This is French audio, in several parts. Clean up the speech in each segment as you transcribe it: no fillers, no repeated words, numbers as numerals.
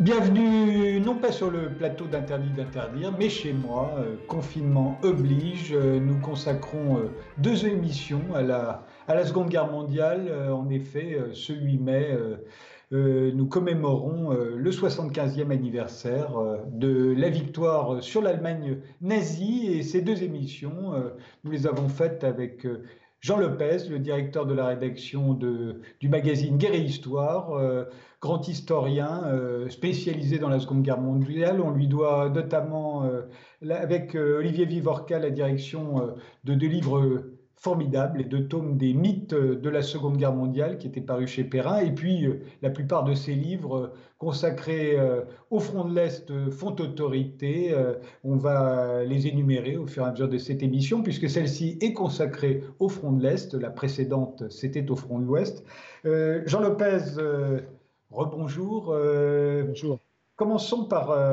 Bienvenue, non pas sur le plateau d'Interdit d'interdire, mais chez moi, confinement oblige, nous consacrons deux émissions à la Seconde Guerre mondiale. En effet, ce 8 mai, nous commémorons le 75e anniversaire de la victoire sur l'Allemagne nazie. Et ces deux émissions, nous les avons faites avec Jean Lopez, le directeur de la rédaction du magazine Guerre et Histoire, grand historien spécialisé dans la Seconde Guerre mondiale. On lui doit notamment, avec Olivier Vivorca, la direction de deux livres formidables, les deux tomes des mythes de la Seconde Guerre mondiale qui étaient parus chez Perrin, et puis la plupart de ces livres consacrés au front de l'Est font autorité. On va les énumérer au fur et à mesure de cette émission, puisque celle-ci est consacrée au front de l'Est, la précédente c'était au front de l'Ouest. Jean Lopez, rebonjour. Bonjour. Commençons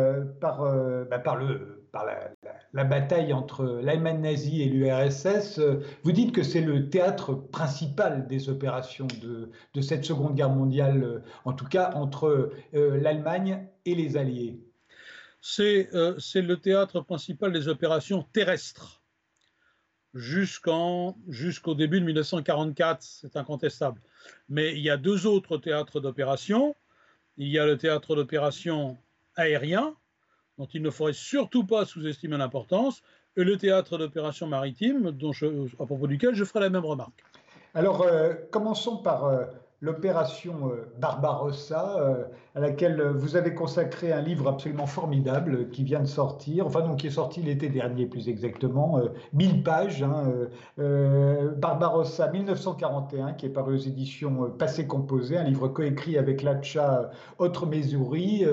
par la bataille entre l'Allemagne nazie et l'URSS. Vous dites que c'est le théâtre principal des opérations de cette Seconde Guerre mondiale, en tout cas entre l'Allemagne et les Alliés. C'est le théâtre principal des opérations terrestres jusqu'au début de 1944, c'est incontestable. Mais il y a deux autres théâtres d'opérations. Il y a le théâtre d'opération aérien, dont il ne faudrait surtout pas sous-estimer l'importance, et le théâtre d'opération maritime, à propos duquel je ferai la même remarque. Alors, commençons par l'opération Barbarossa, à laquelle vous avez consacré un livre absolument formidable qui vient de sortir, enfin non, qui est sorti l'été dernier plus exactement, 1000 pages, Barbarossa 1941, qui est paru aux éditions Passé Composé, un livre coécrit avec Latcha Autre-Mesoury.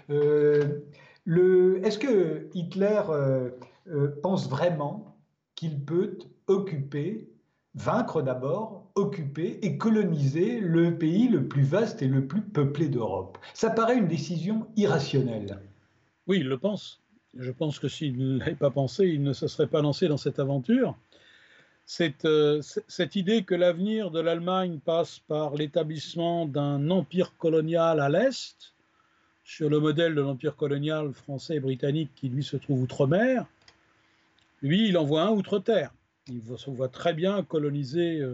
Est-ce que Hitler pense vraiment qu'il peut vaincre d'abord, occuper et coloniser le pays le plus vaste et le plus peuplé d'Europe? Ça paraît une décision irrationnelle. Oui, il le pense. Je pense que s'il ne l'avait pas pensé, il ne se serait pas lancé dans cette aventure. Cette idée que l'avenir de l'Allemagne passe par l'établissement d'un empire colonial à l'Est, sur le modèle de l'empire colonial français et britannique qui, lui, se trouve outre-mer, lui, il en voit un outre-terre. Il se voit très bien coloniser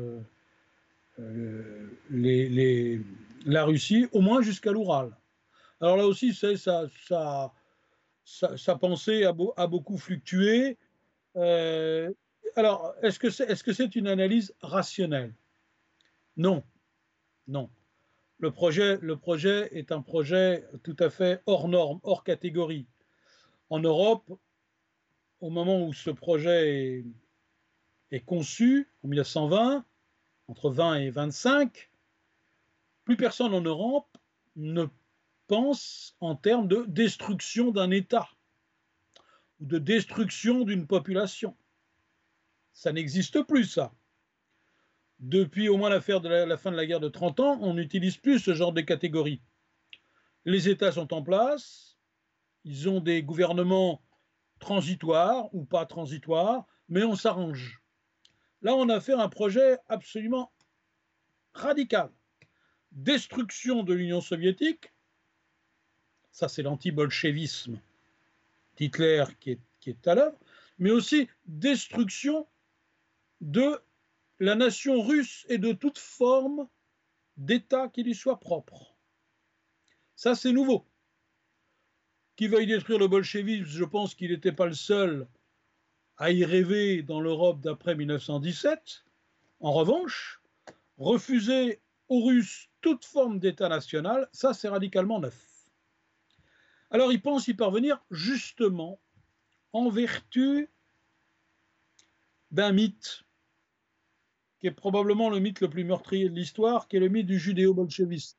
la Russie, au moins jusqu'à l'Oural. Alors là aussi, sa pensée a beaucoup fluctué. Alors, est-ce que c'est une analyse rationnelle? Non, non. Le projet est un projet tout à fait hors norme, hors catégorie. En Europe, au moment où ce projet est conçu, en 1920, entre 20 et 25, plus personne en Europe ne pense en termes de destruction d'un État ou de destruction d'une population. Ça n'existe plus, ça. Depuis au moins l'affaire de la fin de la guerre de 30 ans, on n'utilise plus ce genre de catégorie. Les États sont en place, ils ont des gouvernements transitoires ou pas transitoires, mais on s'arrange. Là, on a fait un projet absolument radical. Destruction de l'Union soviétique, ça c'est l'anti-bolchevisme d'Hitler qui est à l'œuvre, mais aussi destruction de la nation russe et de toute forme d'État qui lui soit propre. Ça, c'est nouveau. Qui veuille détruire le bolchevisme, je pense qu'il n'était pas le seul à y rêver dans l'Europe d'après 1917. En revanche, refuser aux Russes toute forme d'État national, ça, c'est radicalement neuf. Alors, il pense y parvenir justement en vertu d'un mythe qui est probablement le mythe le plus meurtrier de l'histoire, qui est le mythe du judéo-bolchevisme.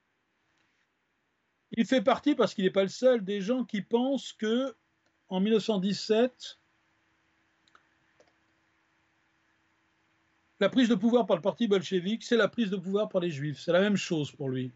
Il fait partie, parce qu'il n'est pas le seul, des gens qui pensent que, en 1917, la prise de pouvoir par le parti bolchevique, c'est la prise de pouvoir par les Juifs. C'est la même chose pour lui.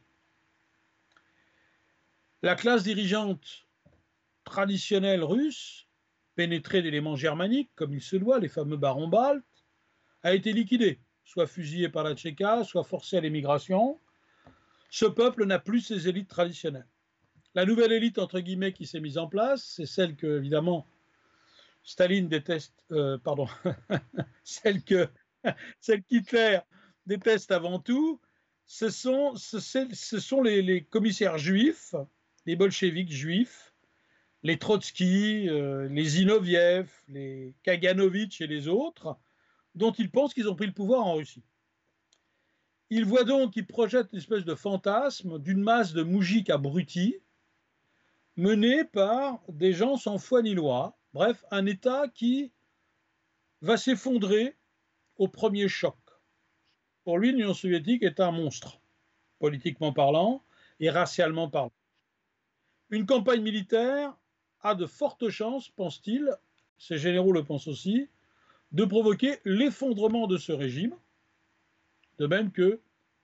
La classe dirigeante traditionnelle russe, pénétrée d'éléments germaniques, comme il se doit, les fameux barons baltes, a été liquidée, soit fusillée par la Tchéka, soit forcée à l'émigration. Ce peuple n'a plus ses élites traditionnelles. La nouvelle élite, entre guillemets, qui s'est mise en place, c'est celle que, évidemment, Staline déteste, pardon, celle que celle qu'Hitler déteste avant tout, ce sont les commissaires juifs, les bolcheviks juifs, les Trotsky, les Zinoviev, les Kaganovitch et les autres, dont ils pensent qu'ils ont pris le pouvoir en Russie. Ils voient donc, ils projettent une espèce de fantasme d'une masse de moujiks abrutis, menée par des gens sans foi ni loi, bref, un État qui va s'effondrer au premier choc. Pour lui, l'Union soviétique est un monstre, politiquement parlant et racialement parlant. Une campagne militaire a de fortes chances, pense-t-il, ces généraux le pensent aussi, de provoquer l'effondrement de ce régime, de même que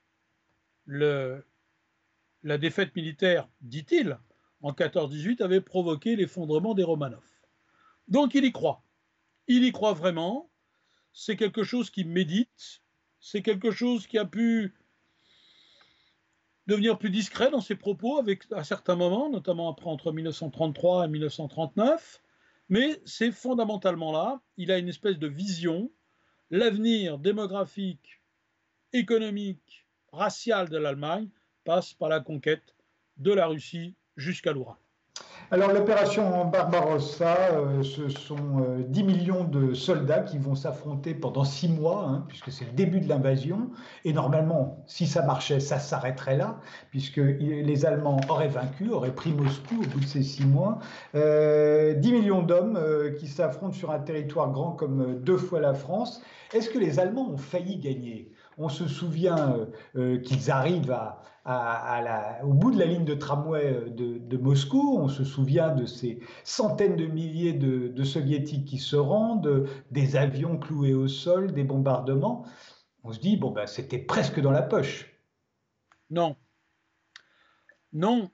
la défaite militaire, dit-il, en 14-18 avait provoqué l'effondrement des Romanov. Donc il y croit. Il y croit vraiment. C'est quelque chose qu'il médite. C'est quelque chose qui a pu devenir plus discret dans ses propos à certains moments, notamment après entre 1933 et 1939. Mais c'est fondamentalement là. Il a une espèce de vision. L'avenir démographique, économique, racial de l'Allemagne passe par la conquête de la Russie jusqu'à l'Oural. Alors l'opération Barbarossa, ce sont 10 millions de soldats qui vont s'affronter pendant 6 mois, hein, puisque c'est le début de l'invasion. Et normalement, si ça marchait, ça s'arrêterait là, puisque les Allemands auraient vaincu, auraient pris Moscou au bout de ces 6 mois. 10 millions d'hommes qui s'affrontent sur un territoire grand comme 2 fois la France. Est-ce que les Allemands ont failli gagner ? On se souvient qu'ils arrivent au bout de la ligne de tramway de Moscou. On se souvient de ces centaines de milliers de soviétiques qui se rendent, des avions cloués au sol, des bombardements. On se dit, bon, ben, c'était presque dans la poche. Non. Non.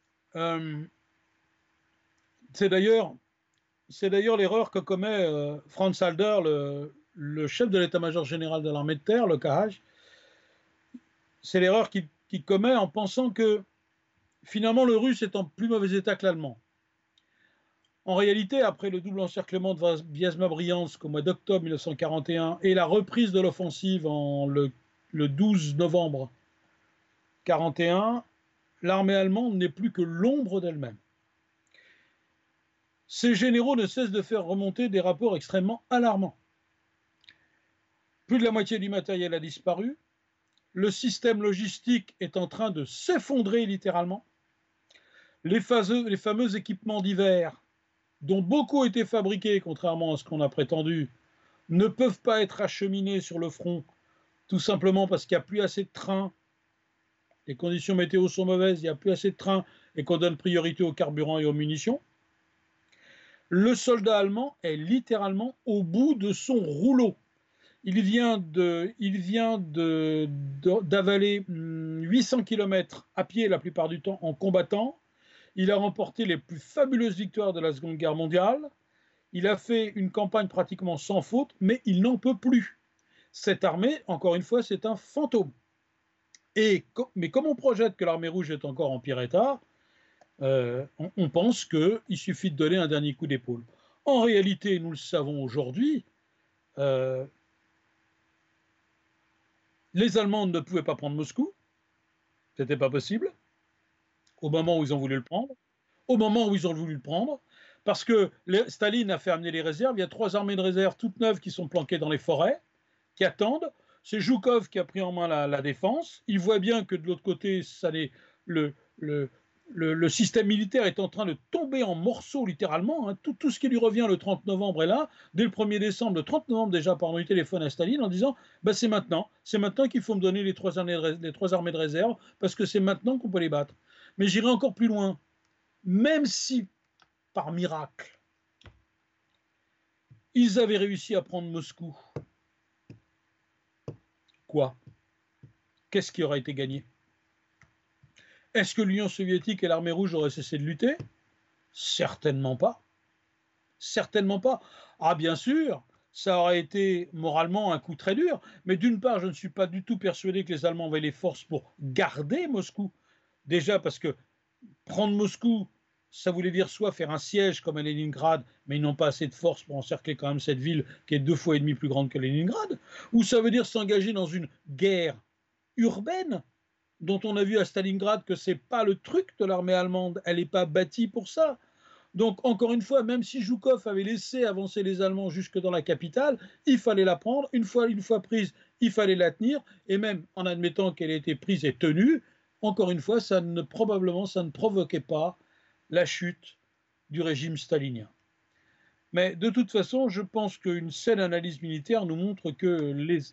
C'est d'ailleurs l'erreur que commet Franz Halder, le chef de l'état-major général de l'armée de terre, le KH. C'est l'erreur qu'il commet en pensant que finalement le russe est en plus mauvais état que l'allemand. En réalité, après le double encerclement de Vyazma-Briansk au mois d'octobre 1941 et la reprise de l'offensive le 12 novembre 1941, l'armée allemande n'est plus que l'ombre d'elle-même. Ces généraux ne cessent de faire remonter des rapports extrêmement alarmants. Plus de la moitié du matériel a disparu. Le système logistique est en train de s'effondrer littéralement. Les fameux équipements d'hiver, dont beaucoup ont été fabriqués, contrairement à ce qu'on a prétendu, ne peuvent pas être acheminés sur le front, tout simplement parce qu'il n'y a plus assez de trains. Les conditions météo sont mauvaises, il n'y a plus assez de trains et qu'on donne priorité au carburant et aux munitions. Le soldat allemand est littéralement au bout de son rouleau. Il vient d'avaler 800 km à pied la plupart du temps en combattant. Il a remporté les plus fabuleuses victoires de la Seconde Guerre mondiale. Il a fait une campagne pratiquement sans faute, mais il n'en peut plus. Cette armée, encore une fois, c'est un fantôme. Mais comme on projette que l'armée rouge est encore en pire état, on pense qu'il suffit de donner un dernier coup d'épaule. En réalité, nous le savons aujourd'hui, les Allemands ne pouvaient pas prendre Moscou, c'était pas possible, au moment où ils ont voulu le prendre, parce que Staline a fait amener les réserves, il y a 3 armées de réserve toutes neuves qui sont planquées dans les forêts, qui attendent. C'est Zhukov qui a pris en main la défense. Il voit bien que de l'autre côté, le système militaire est en train de tomber en morceaux littéralement. Hein. Tout ce qui lui revient le 30 novembre est là. Dès le 1er décembre, le 30 novembre déjà, par eu téléphone à Staline en disant c'est maintenant qu'il faut me donner les 3 armées de réserve parce que c'est maintenant qu'on peut les battre. Mais j'irai encore plus loin. Même si, par miracle, ils avaient réussi à prendre Moscou, quoi ? Qu'est-ce qui aurait été gagné ? Est-ce que l'Union soviétique et l'armée rouge auraient cessé de lutter ? Certainement pas. Certainement pas. Ah bien sûr, ça aurait été moralement un coup très dur, mais d'une part, je ne suis pas du tout persuadé que les Allemands avaient les forces pour garder Moscou. Déjà parce que prendre Moscou, ça voulait dire soit faire un siège comme à Leningrad, mais ils n'ont pas assez de force pour encercler quand même cette ville qui est 2,5 fois plus grande que Leningrad, ou ça veut dire s'engager dans une guerre urbaine dont on a vu à Stalingrad que c'est pas le truc de l'armée allemande, elle n'est pas bâtie pour ça. Donc, encore une fois, même si Zhukov avait laissé avancer les Allemands jusque dans la capitale, il fallait la prendre. Une fois prise, il fallait la tenir. Et même en admettant qu'elle ait été prise et tenue, encore une fois, probablement, ça ne provoquait pas la chute du régime stalinien. Mais de toute façon, je pense qu'une saine analyse militaire nous montre que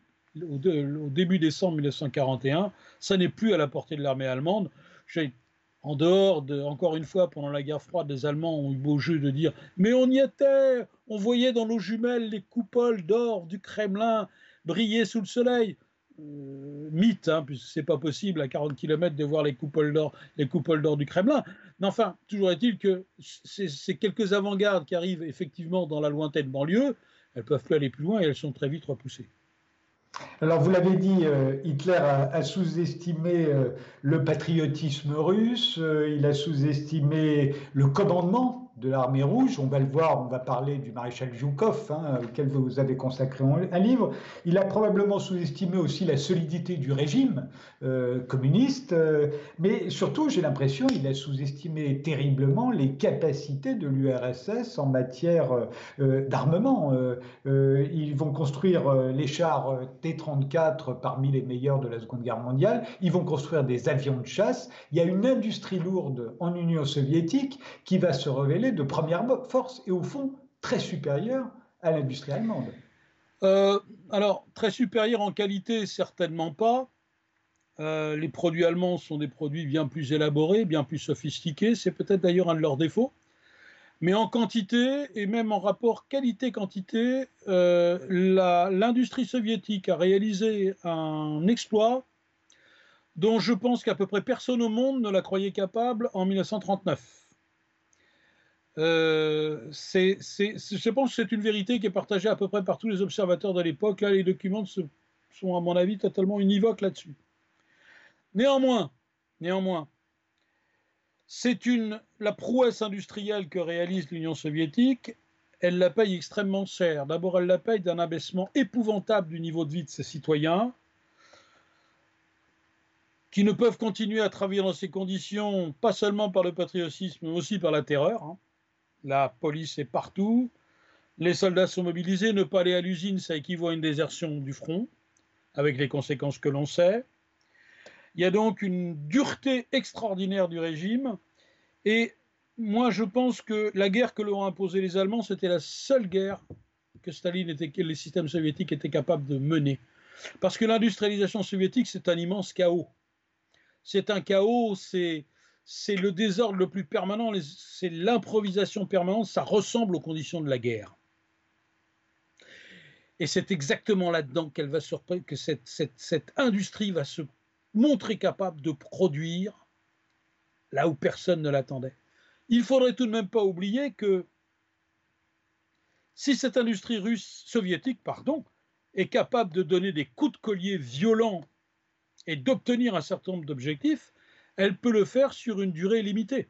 au début décembre 1941, ça n'est plus à la portée de l'armée allemande. En dehors encore une fois, pendant la guerre froide, les Allemands ont eu beau jeu de dire « Mais on y était, on voyait dans nos jumelles les coupoles d'or du Kremlin briller sous le soleil. » Mythe, hein, puisque c'est pas possible à 40 km de voir les coupoles d'or du Kremlin. Mais enfin, toujours est-il que ces quelques avant-gardes qui arrivent effectivement dans la lointaine banlieue, elles peuvent plus aller plus loin et elles sont très vite repoussées. Alors, vous l'avez dit, Hitler a sous-estimé le patriotisme russe, il a sous-estimé le commandement de l'armée rouge. On va le voir, on va parler du maréchal Zhukov, hein, auquel vous avez consacré un livre. Il a probablement sous-estimé aussi la solidité du régime communiste, mais surtout, j'ai l'impression, il a sous-estimé terriblement les capacités de l'URSS en matière d'armement. Ils vont construire les chars T-34 parmi les meilleurs de la Seconde Guerre mondiale. Ils vont construire des avions de chasse. Il y a une industrie lourde en Union soviétique qui va se révéler de première force et au fond très supérieure à l'industrie allemande. Alors, très supérieure en qualité, certainement pas. Les produits allemands sont des produits bien plus élaborés, bien plus sophistiqués. C'est peut-être d'ailleurs un de leurs défauts. Mais en quantité, et même en rapport qualité-quantité, l'industrie soviétique a réalisé un exploit dont je pense qu'à peu près personne au monde ne la croyait capable en 1939. Je pense que c'est une vérité qui est partagée à peu près par tous les observateurs de l'époque. Là, les documents sont, à mon avis, totalement univoques là-dessus. Néanmoins, c'est la prouesse industrielle que réalise l'Union soviétique. Elle la paye extrêmement cher. D'abord, elle la paye d'un abaissement épouvantable du niveau de vie de ses citoyens, qui ne peuvent continuer à travailler dans ces conditions, pas seulement par le patriotisme, mais aussi par la terreur. Hein. La police est partout. Les soldats sont mobilisés. Ne pas aller à l'usine, ça équivaut à une désertion du front, avec les conséquences que l'on sait. Il y a donc une dureté extraordinaire du régime. Et moi, je pense que la guerre que leur ont imposée les Allemands, c'était la seule guerre que les systèmes soviétiques étaient capables de mener. Parce que l'industrialisation soviétique, c'est un immense chaos. C'est un chaos, c'est le désordre le plus permanent, c'est l'improvisation permanente, ça ressemble aux conditions de la guerre. Et c'est exactement là-dedans que cette industrie va se montrer capable de produire là où personne ne l'attendait. Il ne faudrait tout de même pas oublier que si cette industrie soviétique, est capable de donner des coups de collier violents et d'obtenir un certain nombre d'objectifs, elle peut le faire sur une durée limitée.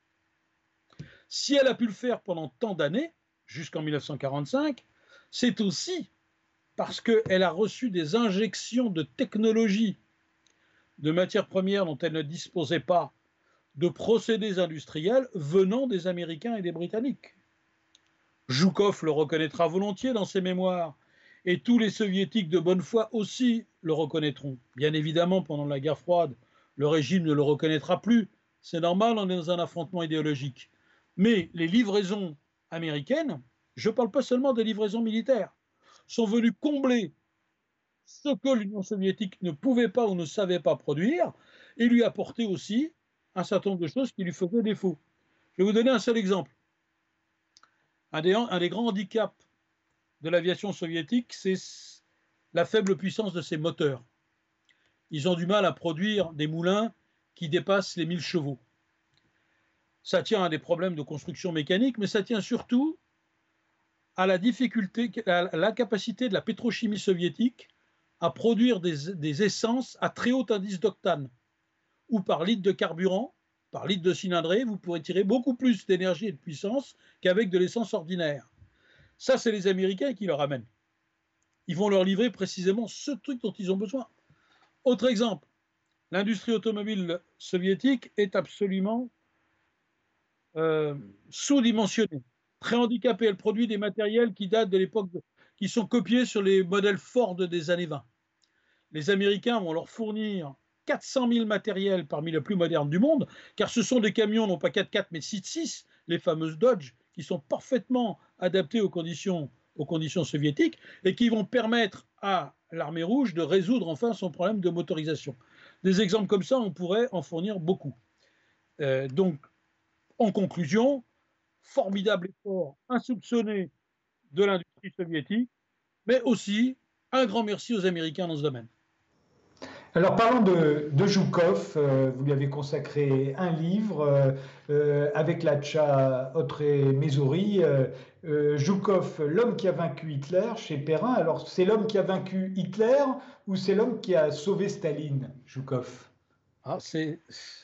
Si elle a pu le faire pendant tant d'années, jusqu'en 1945, c'est aussi parce qu'elle a reçu des injections de technologie, de matières premières dont elle ne disposait pas, de procédés industriels venant des Américains et des Britanniques. Zhukov le reconnaîtra volontiers dans ses mémoires, et tous les soviétiques de bonne foi aussi le reconnaîtront. Bien évidemment, pendant la guerre froide, le régime ne le reconnaîtra plus. C'est normal, on est dans un affrontement idéologique. Mais les livraisons américaines, je ne parle pas seulement des livraisons militaires, sont venues combler ce que l'Union soviétique ne pouvait pas ou ne savait pas produire, et lui apporter aussi un certain nombre de choses qui lui faisaient défaut. Je vais vous donner un seul exemple. Un des grands handicaps de l'aviation soviétique, c'est la faible puissance de ses moteurs. Ils ont du mal à produire des moulins qui dépassent les 1000 chevaux. Ça tient à des problèmes de construction mécanique, mais ça tient surtout à la difficulté, à l'incapacité de la pétrochimie soviétique à produire des essences à très haut indice d'octane, où par litre de carburant, par litre de cylindrée, vous pourrez tirer beaucoup plus d'énergie et de puissance qu'avec de l'essence ordinaire. Ça, c'est les Américains qui le ramènent. Ils vont leur livrer précisément ce truc dont ils ont besoin. Autre exemple, l'industrie automobile soviétique est absolument sous-dimensionnée, très handicapée. Elle produit des matériels qui datent de l'époque, qui sont copiés sur les modèles Ford des années 20. Les Américains vont leur fournir 400 000 matériels parmi les plus modernes du monde, car ce sont des camions, non pas 4x4, mais 6x6, les fameuses Dodge, qui sont parfaitement adaptés aux conditions soviétiques et qui vont permettre à l'armée rouge de résoudre enfin son problème de motorisation. Des exemples comme ça, on pourrait en fournir beaucoup. Donc, en conclusion, formidable effort insoupçonné de l'industrie soviétique, mais aussi un grand merci aux Américains dans ce domaine. Alors parlons de Joukov, vous lui avez consacré un livre avec Latcha Otré-Mesouri, Joukov, l'homme qui a vaincu Hitler chez Perrin. Alors c'est l'homme qui a vaincu Hitler ou c'est l'homme qui a sauvé Staline, Joukov? Ah, c'est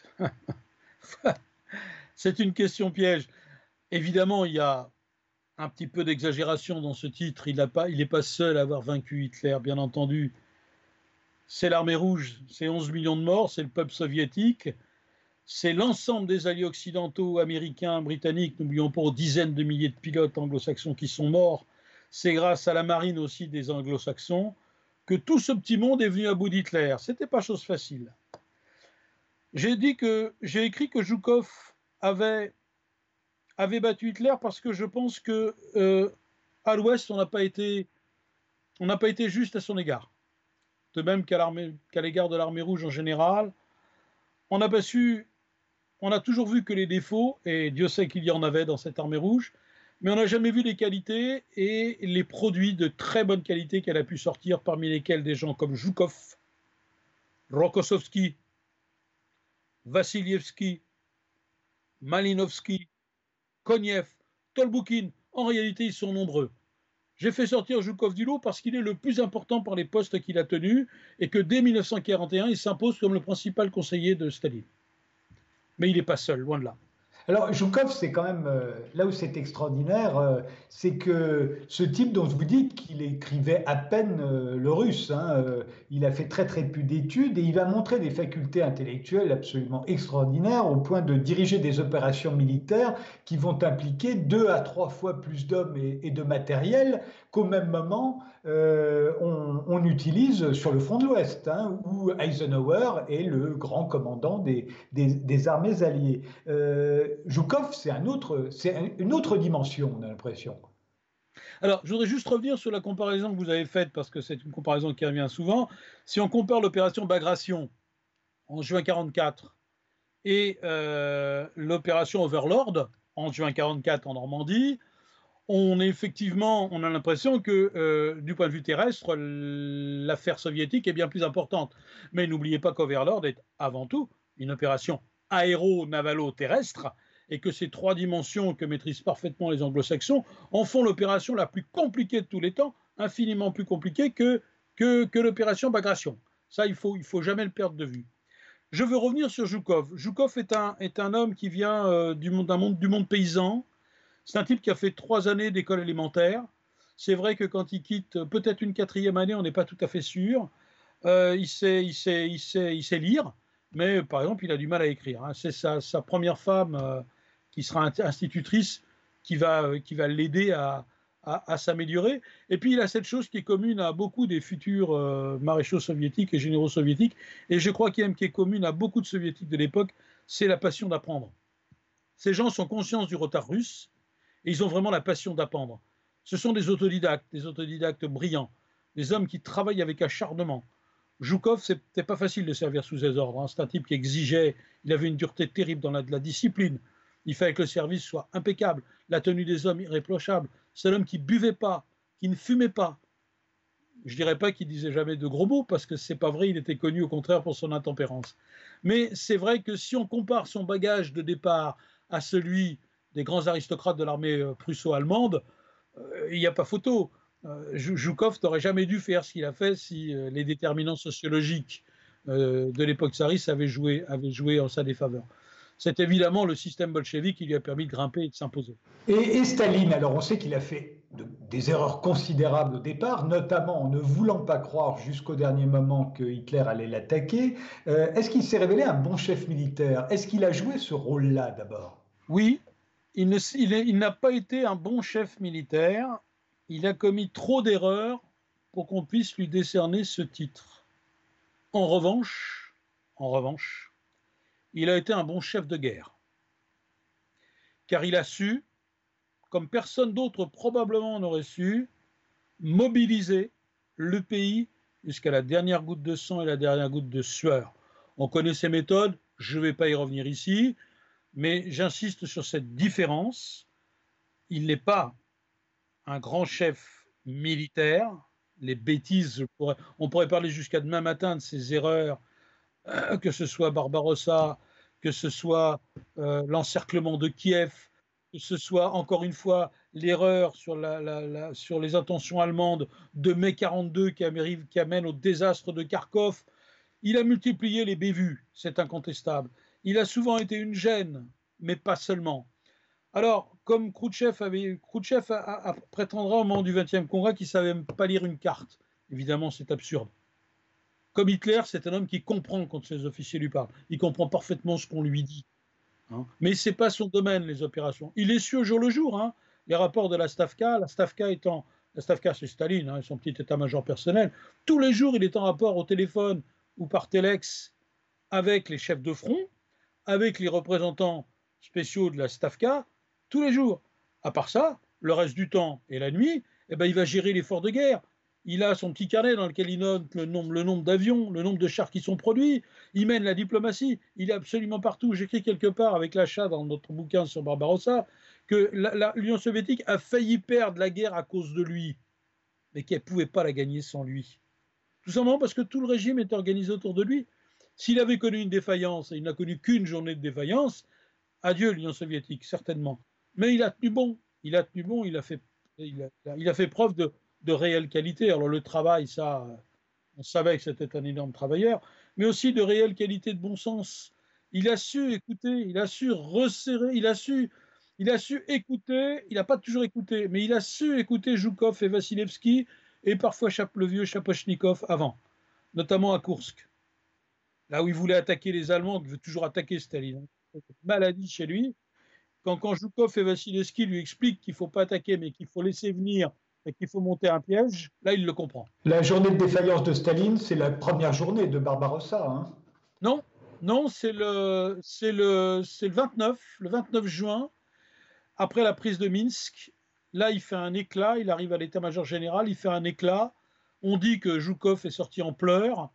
une question piège. Évidemment, il y a un petit peu d'exagération dans ce titre. Il n'est pas seul à avoir vaincu Hitler, bien entendu. C'est l'armée rouge, c'est 11 millions de morts, c'est le peuple soviétique, c'est l'ensemble des alliés occidentaux, américains, britanniques, n'oublions pas aux dizaines de milliers de pilotes anglo-saxons qui sont morts, c'est grâce à la marine aussi des anglo-saxons que tout ce petit monde est venu à bout d'Hitler. C'était pas chose facile. J'ai écrit que Joukov avait battu Hitler parce que je pense que à l'Ouest, on n'a pas été juste à son égard. De même qu'à l'égard de l'armée rouge en général, on a toujours vu que les défauts, et Dieu sait qu'il y en avait dans cette armée rouge, mais on n'a jamais vu les qualités et les produits de très bonne qualité qu'elle a pu sortir, parmi lesquels des gens comme Joukov, Rokossovski, Vassilievski, Malinovski, Konev, Tolboukine. En réalité, ils sont nombreux. J'ai fait sortir Joukov du lot parce qu'il est le plus important par les postes qu'il a tenus et que dès 1941, il s'impose comme le principal conseiller de Staline. Mais il n'est pas seul, loin de là. Alors, Joukov, c'est quand même, là où c'est extraordinaire, c'est que ce type dont vous dites qu'il écrivait à peine le russe, hein, il a fait très très peu d'études et il a montré des facultés intellectuelles absolument extraordinaires au point de diriger des opérations militaires qui vont impliquer 2 à 3 fois plus d'hommes et de matériel qu'au même moment on utilise sur le front de l'Ouest, hein, où Eisenhower est le grand commandant des armées alliées. Joukov, c'est une autre dimension, on a l'impression. Alors, je voudrais juste revenir sur la comparaison que vous avez faite, parce que c'est une comparaison qui revient souvent. Si on compare l'opération Bagration en juin 1944 et l'opération Overlord en juin 1944 en Normandie, on a l'impression que du point de vue terrestre, l'affaire soviétique est bien plus importante. Mais n'oubliez pas qu'Overlord est avant tout une opération aéro-navalo-terrestre et que ces 3 dimensions que maîtrisent parfaitement les anglo-saxons en font l'opération la plus compliquée de tous les temps, infiniment plus compliquée que l'opération Bagration. Ça, il faut jamais le perdre de vue. Je veux revenir sur Joukov. Joukov est un homme qui vient du monde paysan. C'est un type qui a fait 3 années d'école élémentaire. C'est vrai que quand il quitte peut-être une 4e année, on n'est pas tout à fait sûr. Il sait lire, mais par exemple, il a du mal à écrire. Hein. C'est sa première femme qui sera institutrice qui va l'aider à s'améliorer. Et puis, il a cette chose qui est commune à beaucoup des futurs maréchaux soviétiques et généraux soviétiques, et je crois qu'il qui est commune à beaucoup de soviétiques de l'époque, c'est la passion d'apprendre. Ces gens sont conscients du retard russe, et ils ont vraiment la passion d'apprendre. Ce sont des autodidactes brillants, des hommes qui travaillent avec acharnement. Joukov, c'était pas facile de servir sous ses ordres. Hein. C'est un type qui exigeait, il avait une dureté terrible dans la discipline. Il fallait que le service soit impeccable, la tenue des hommes irréprochable. C'est l'homme qui buvait pas, qui ne fumait pas. Je dirais pas qu'il disait jamais de gros mots, parce que c'est pas vrai, il était connu au contraire pour son intempérance. Mais c'est vrai que si on compare son bagage de départ à celui des grands aristocrates de l'armée prusso-allemande, il n'y a pas photo. Joukov n'aurait jamais dû faire ce qu'il a fait si les déterminants sociologiques de l'époque tsariste avaient joué en sa défaveur. C'est évidemment le système bolchevique qui lui a permis de grimper et de s'imposer. Et Staline, alors on sait qu'il a fait des erreurs considérables au départ, notamment en ne voulant pas croire jusqu'au dernier moment que Hitler allait l'attaquer. Est-ce qu'il s'est révélé un bon chef militaire? Est-ce qu'il a joué ce rôle-là d'abord? Oui, il n'a pas été un bon chef militaire. Il a commis trop d'erreurs pour qu'on puisse lui décerner ce titre. En revanche, il a été un bon chef de guerre, car il a su, comme personne d'autre probablement n'aurait su, mobiliser le pays jusqu'à la dernière goutte de sang et la dernière goutte de sueur. On connaît ses méthodes, je ne vais pas y revenir ici, mais j'insiste sur cette différence. Il n'est pas un grand chef militaire. Les bêtises, on pourrait parler jusqu'à demain matin de ses erreurs, que ce soit Barbarossa, que ce soit l'encerclement de Kiev, que ce soit encore une fois l'erreur sur les intentions allemandes de mai 42 qui amène au désastre de Kharkov. Il a multiplié les bévues, c'est incontestable. Il a souvent été une gêne, mais pas seulement. Alors, comme Khrouchtchev prétendra au moment du 20e congrès qu'il ne savait même pas lire une carte. Évidemment, c'est absurde. Comme Hitler, c'est un homme qui comprend quand ses officiers lui parlent. Il comprend parfaitement ce qu'on lui dit. Hein. Mais ce n'est pas son domaine, les opérations. Il est su au jour le jour. Hein. Les rapports de la Stavka étant... La Stavka, c'est Staline, hein, son petit état-major personnel. Tous les jours, il est en rapport au téléphone ou par téléx avec les chefs de front, avec les représentants spéciaux de la Stavka, tous les jours. À part ça, le reste du temps et la nuit, eh ben, il va gérer l'effort de guerre. Il a son petit carnet dans lequel il note le nombre d'avions, le nombre de chars qui sont produits. Il mène la diplomatie. Il est absolument partout. J'écris quelque part avec l'achat dans notre bouquin sur Barbarossa que l'Union soviétique a failli perdre la guerre à cause de lui, mais qu'elle ne pouvait pas la gagner sans lui. Tout simplement parce que tout le régime est organisé autour de lui. S'il avait connu une défaillance, et il n'a connu qu'une journée de défaillance, adieu l'Union soviétique, certainement. Mais il a tenu bon. Il a tenu bon, il a fait preuve de réelle qualité. Alors le travail, ça, on savait que c'était un énorme travailleur, mais aussi de réelle qualité de bon sens. Il a su écouter, il a su resserrer, il a su écouter, il n'a pas toujours écouté, mais il a su écouter Zhukov et Vassilevski, et parfois le vieux Chapochnikov avant, notamment à Koursk, là où il voulait attaquer les Allemands, il veut toujours attaquer Staline. C'est une maladie chez lui. Quand Zhukov et Vassilevski lui expliquent qu'il ne faut pas attaquer, mais qu'il faut laisser venir et qu'il faut monter un piège, là, il le comprend. La journée de défaillance de Staline, c'est la première journée de Barbarossa. Hein. Non, non, c'est le 29 juin, après la prise de Minsk. Là, il fait un éclat, il arrive à l'état-major général, il fait un éclat. On dit que Zhukov est sorti en pleurs.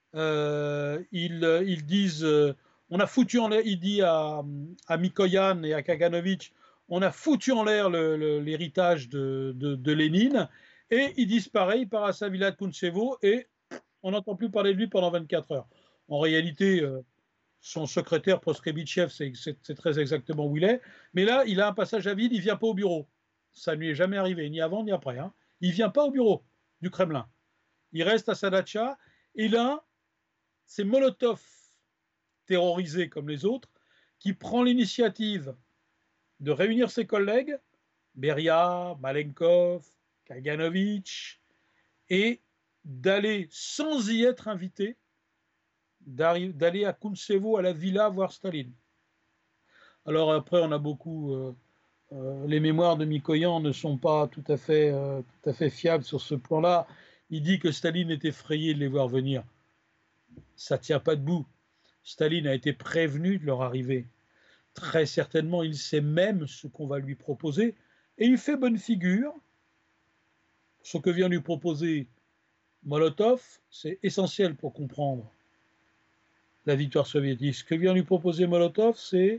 Ils disent, on a foutu en l'air, il dit à Mikoyan et à Kaganovitch, on a foutu en l'air l'héritage de Lénine, et il disparaît, il part à sa villa de Kuntsevo, et on n'entend plus parler de lui pendant 24 heures. En réalité, son secrétaire Proskrebichev, c'est très exactement où il est, mais là, il a un passage à vide, il ne vient pas au bureau. Ça ne lui est jamais arrivé, ni avant ni après. Hein. Il ne vient pas au bureau du Kremlin. Il reste à sa datcha, et là, c'est Molotov, terrorisé comme les autres, qui prend l'initiative de réunir ses collègues, Beria, Malenkov, Kaganovitch, et d'aller, sans y être invité, d'aller à Kuntsevo, à la villa, voir Staline. Alors après, on a beaucoup... les mémoires de Mikoyan ne sont pas tout à fait fiables sur ce plan-là. Il dit que Staline est effrayé de les voir venir. Ça ne tient pas debout. Staline a été prévenu de leur arrivée. Très certainement, il sait même ce qu'on va lui proposer, et il fait bonne figure. Ce que vient lui proposer Molotov, c'est essentiel pour comprendre la victoire soviétique. Ce que vient lui proposer Molotov, c'est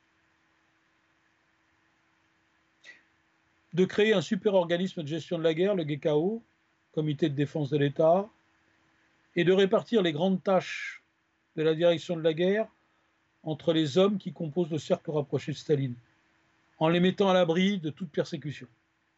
de créer un super organisme de gestion de la guerre, le GKO, Comité de défense de l'État, et de répartir les grandes tâches de la direction de la guerre entre les hommes qui composent le cercle rapproché de Staline, en les mettant à l'abri de toute persécution.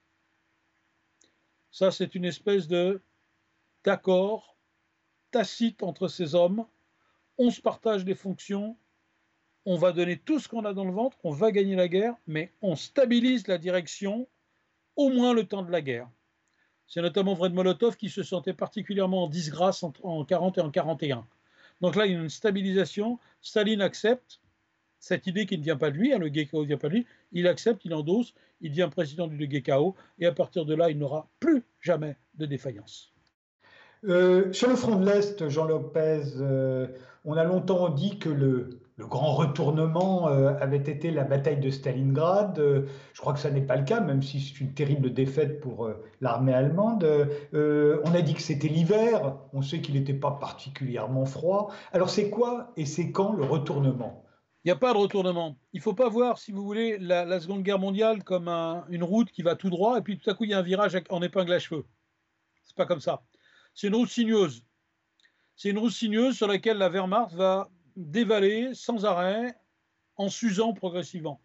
Ça, c'est une espèce d'accord tacite entre ces hommes. On se partage des fonctions, on va donner tout ce qu'on a dans le ventre, on va gagner la guerre, mais on stabilise la direction au moins le temps de la guerre. C'est notamment Vred Molotov qui se sentait particulièrement en disgrâce en 40 et en 41. Donc là, il y a une stabilisation. Staline accepte cette idée qui ne vient pas de lui, le GKO ne vient pas de lui, il accepte, il endosse, il devient président du GKO, et à partir de là, il n'aura plus jamais de défaillance. Sur le front de l'Est, Jean Lopez, on a longtemps dit que le grand retournement avait été la bataille de Stalingrad. Je crois que ça n'est pas le cas, même si c'est une terrible défaite pour l'armée allemande. On a dit que c'était l'hiver. On sait qu'il n'était pas particulièrement froid. Alors c'est quoi et c'est quand le retournement? Il n'y a pas de retournement. Il ne faut pas voir, si vous voulez, la Seconde Guerre mondiale comme une route qui va tout droit, et puis tout à coup, il y a un virage en épingle à cheveux. C'est pas comme ça. C'est une route sinueuse. C'est une route sinueuse sur laquelle la Wehrmacht va dévaler sans arrêt, en s'usant progressivement.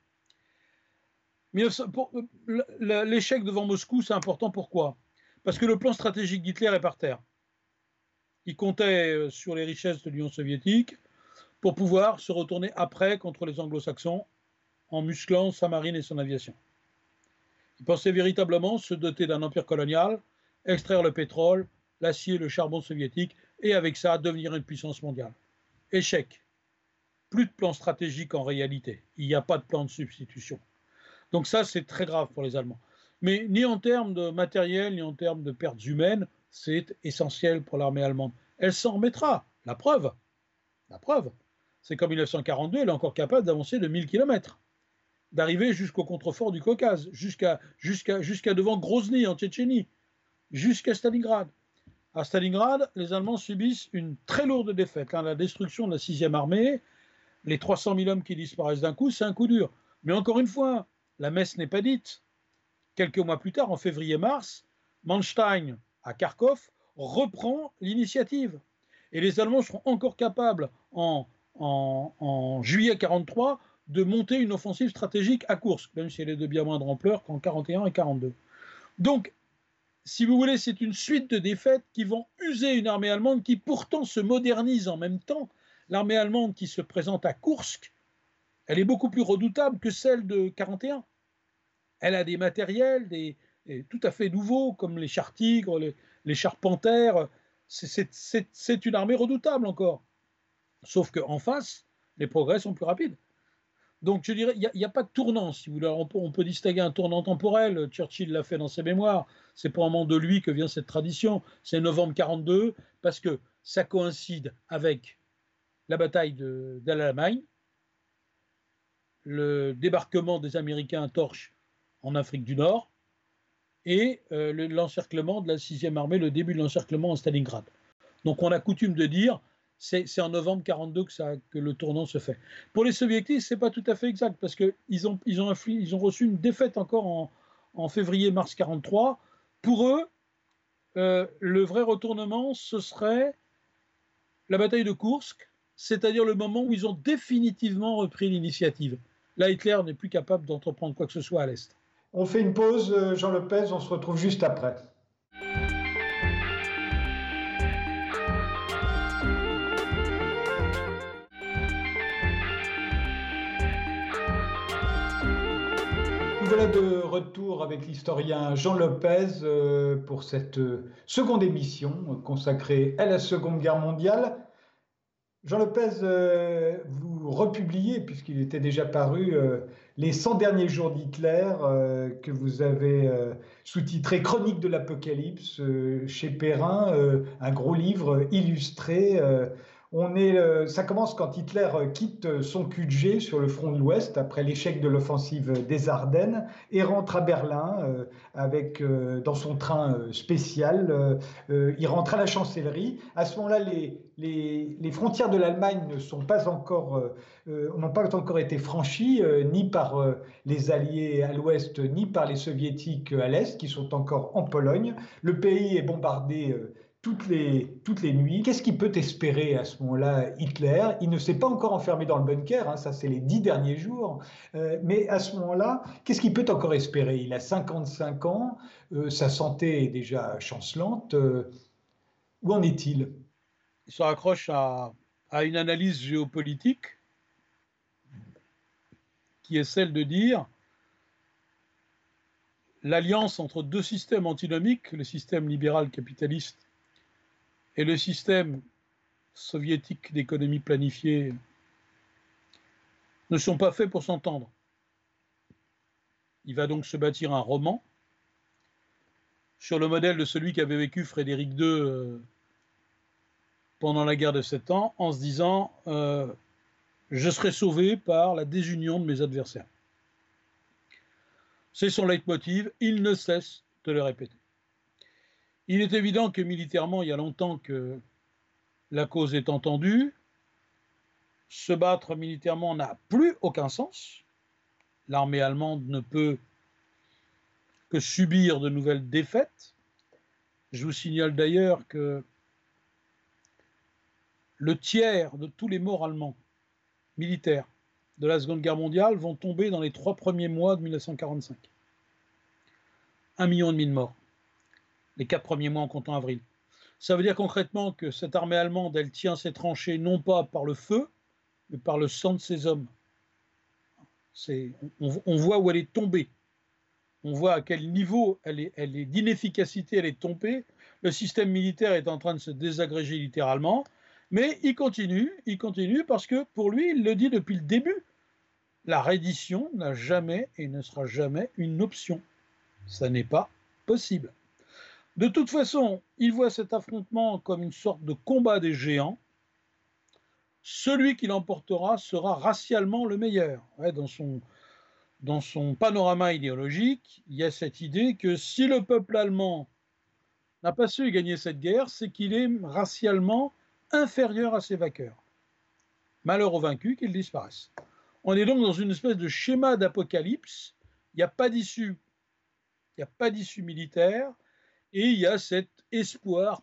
L'échec devant Moscou, c'est important. Pourquoi? Parce que le plan stratégique d'Hitler est par terre. Il comptait sur les richesses de l'Union soviétique pour pouvoir se retourner après contre les anglo-saxons en musclant sa marine et son aviation. Il pensait véritablement se doter d'un empire colonial, extraire le pétrole, l'acier, le charbon soviétique, et avec ça devenir une puissance mondiale. Échec. Plus de plan stratégique en réalité. Il n'y a pas de plan de substitution. Donc ça, c'est très grave pour les Allemands. Mais ni en termes de matériel, ni en termes de pertes humaines, c'est essentiel pour l'armée allemande. Elle s'en remettra. La preuve, c'est qu'en 1942, elle est encore capable d'avancer de 1000 km, d'arriver jusqu'au contrefort du Caucase, jusqu'à devant Grozny en Tchétchénie, jusqu'à Stalingrad. À Stalingrad, les Allemands subissent une très lourde défaite. La destruction de la 6e armée, les 300 000 hommes qui disparaissent d'un coup, c'est un coup dur. Mais encore une fois, la messe n'est pas dite. Quelques mois plus tard, en février-mars, Manstein, à Kharkov, reprend l'initiative. Et les Allemands seront encore capables, en juillet 1943, de monter une offensive stratégique à Koursk, même si elle est de bien moindre ampleur qu'en 1941 et 1942. Donc, si vous voulez, c'est une suite de défaites qui vont user une armée allemande qui pourtant se modernise en même temps. L'armée allemande qui se présente à Koursk, elle est beaucoup plus redoutable que celle de 1941. Elle a des matériels tout à fait nouveaux, comme les chars Tigres, les chars Panthères. C'est une armée redoutable encore. Sauf qu'en face, les progrès sont plus rapides. Donc je dirais, il n'y a pas de tournant, si vous voulez. On peut distinguer un tournant temporel. Churchill l'a fait dans ses mémoires. C'est probablement de lui que vient cette tradition. C'est novembre 1942, parce que ça coïncide avec la bataille d'Al-Alamein, le débarquement des Américains torches en Afrique du Nord, et l'encerclement de la 6e armée, le début de l'encerclement en Stalingrad. Donc on a coutume de dire, c'est en novembre 1942 que le tournant se fait. Pour les soviétiques, ce n'est pas tout à fait exact, parce qu'ils ont reçu une défaite encore en février-mars 1943. Pour eux, le vrai retournement, ce serait la bataille de Koursk, c'est-à-dire le moment où ils ont définitivement repris l'initiative. Là, Hitler n'est plus capable d'entreprendre quoi que ce soit à l'Est. On fait une pause, Jean Lopez, on se retrouve juste après. Nous voilà de retour avec l'historien Jean Lopez pour cette seconde émission consacrée à la Seconde Guerre mondiale. Jean Lopez, vous republiez, puisqu'il était déjà paru, les 100 derniers jours d'Hitler, que vous avez sous-titré Chronique de l'Apocalypse chez Perrin, un gros livre illustré. Ça commence quand Hitler quitte son QG sur le front de l'Ouest après l'échec de l'offensive des Ardennes et rentre à Berlin dans son train spécial. Il rentre à la chancellerie. À ce moment-là, les frontières de l'Allemagne n'ont pas encore été franchies, ni par les Alliés à l'Ouest, ni par les Soviétiques à l'Est, qui sont encore en Pologne. Le pays est bombardé toutes les nuits. Qu'est-ce qu'il peut espérer à ce moment-là, Hitler? Il ne s'est pas encore enfermé dans le bunker, ça c'est les 10 derniers jours, mais à ce moment-là, qu'est-ce qu'il peut encore espérer? Il a 55 ans, sa santé est déjà chancelante. Où en est-il? Il se raccroche à une analyse géopolitique qui est celle de dire l'alliance entre deux systèmes antinomiques, le système libéral capitaliste et le système soviétique d'économie planifiée, ne sont pas faits pour s'entendre. Il va donc se bâtir un roman sur le modèle de celui qu'avait vécu Frédéric II pendant la guerre de 7 ans, en se disant je serai sauvé par la désunion de mes adversaires. C'est son leitmotiv, il ne cesse de le répéter. Il est évident que militairement, il y a longtemps que la cause est entendue. Se battre militairement n'a plus aucun sens. L'armée allemande ne peut que subir de nouvelles défaites. Je vous signale d'ailleurs que le tiers de tous les morts allemands militaires de la Seconde Guerre mondiale vont tomber dans les 3 premiers mois de 1945. 1,5 million de morts, les 4 premiers mois en comptant avril. Ça veut dire concrètement que cette armée allemande, elle tient ses tranchées non pas par le feu, mais par le sang de ses hommes. On voit où elle est tombée. On voit à quel niveau elle est d'inefficacité elle est tombée. Le système militaire est en train de se désagréger littéralement, mais il continue parce que pour lui, il le dit depuis le début, la reddition n'a jamais et ne sera jamais une option. Ça n'est pas possible. De toute façon, il voit cet affrontement comme une sorte de combat des géants. Celui qui l'emportera sera racialement le meilleur. Ouais, dans son panorama idéologique, il y a cette idée que si le peuple allemand n'a pas su gagner cette guerre, c'est qu'il est racialement inférieur à ses vainqueurs. Malheur aux vaincus, qu'ils disparaissent. On est donc dans une espèce de schéma d'apocalypse. Il n'y a pas d'issue. Il n'y a pas d'issue militaire. Et il y a cet espoir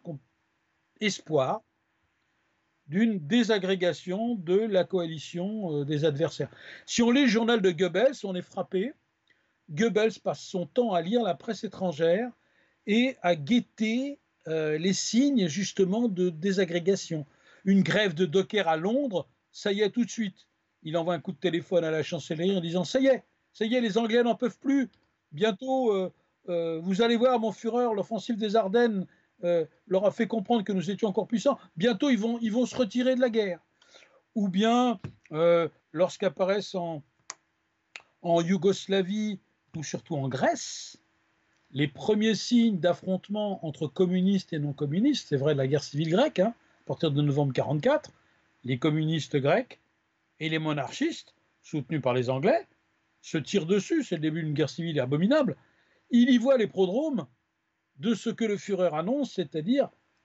d'une désagrégation de la coalition des adversaires. Si on lit le journal de Goebbels, on est frappé. Goebbels passe son temps à lire la presse étrangère et à guetter les signes justement de désagrégation. Une grève de dockers à Londres, ça y est tout de suite. Il envoie un coup de téléphone à la chancellerie en disant ça y est, les Anglais n'en peuvent plus. Bientôt, vous allez voir, mon Führer, l'offensive des Ardennes leur a fait comprendre que nous étions encore puissants. Bientôt, ils vont se retirer de la guerre. Ou bien, lorsqu'apparaissent en Yougoslavie ou surtout en Grèce, les premiers signes d'affrontement entre communistes et non-communistes, c'est vrai de la guerre civile grecque, à partir de novembre 1944, les communistes grecs et les monarchistes, soutenus par les Anglais, se tirent dessus. C'est le début d'une guerre civile abominable. Il y voit les prodromes de ce que le Führer annonce, c'est-à-dire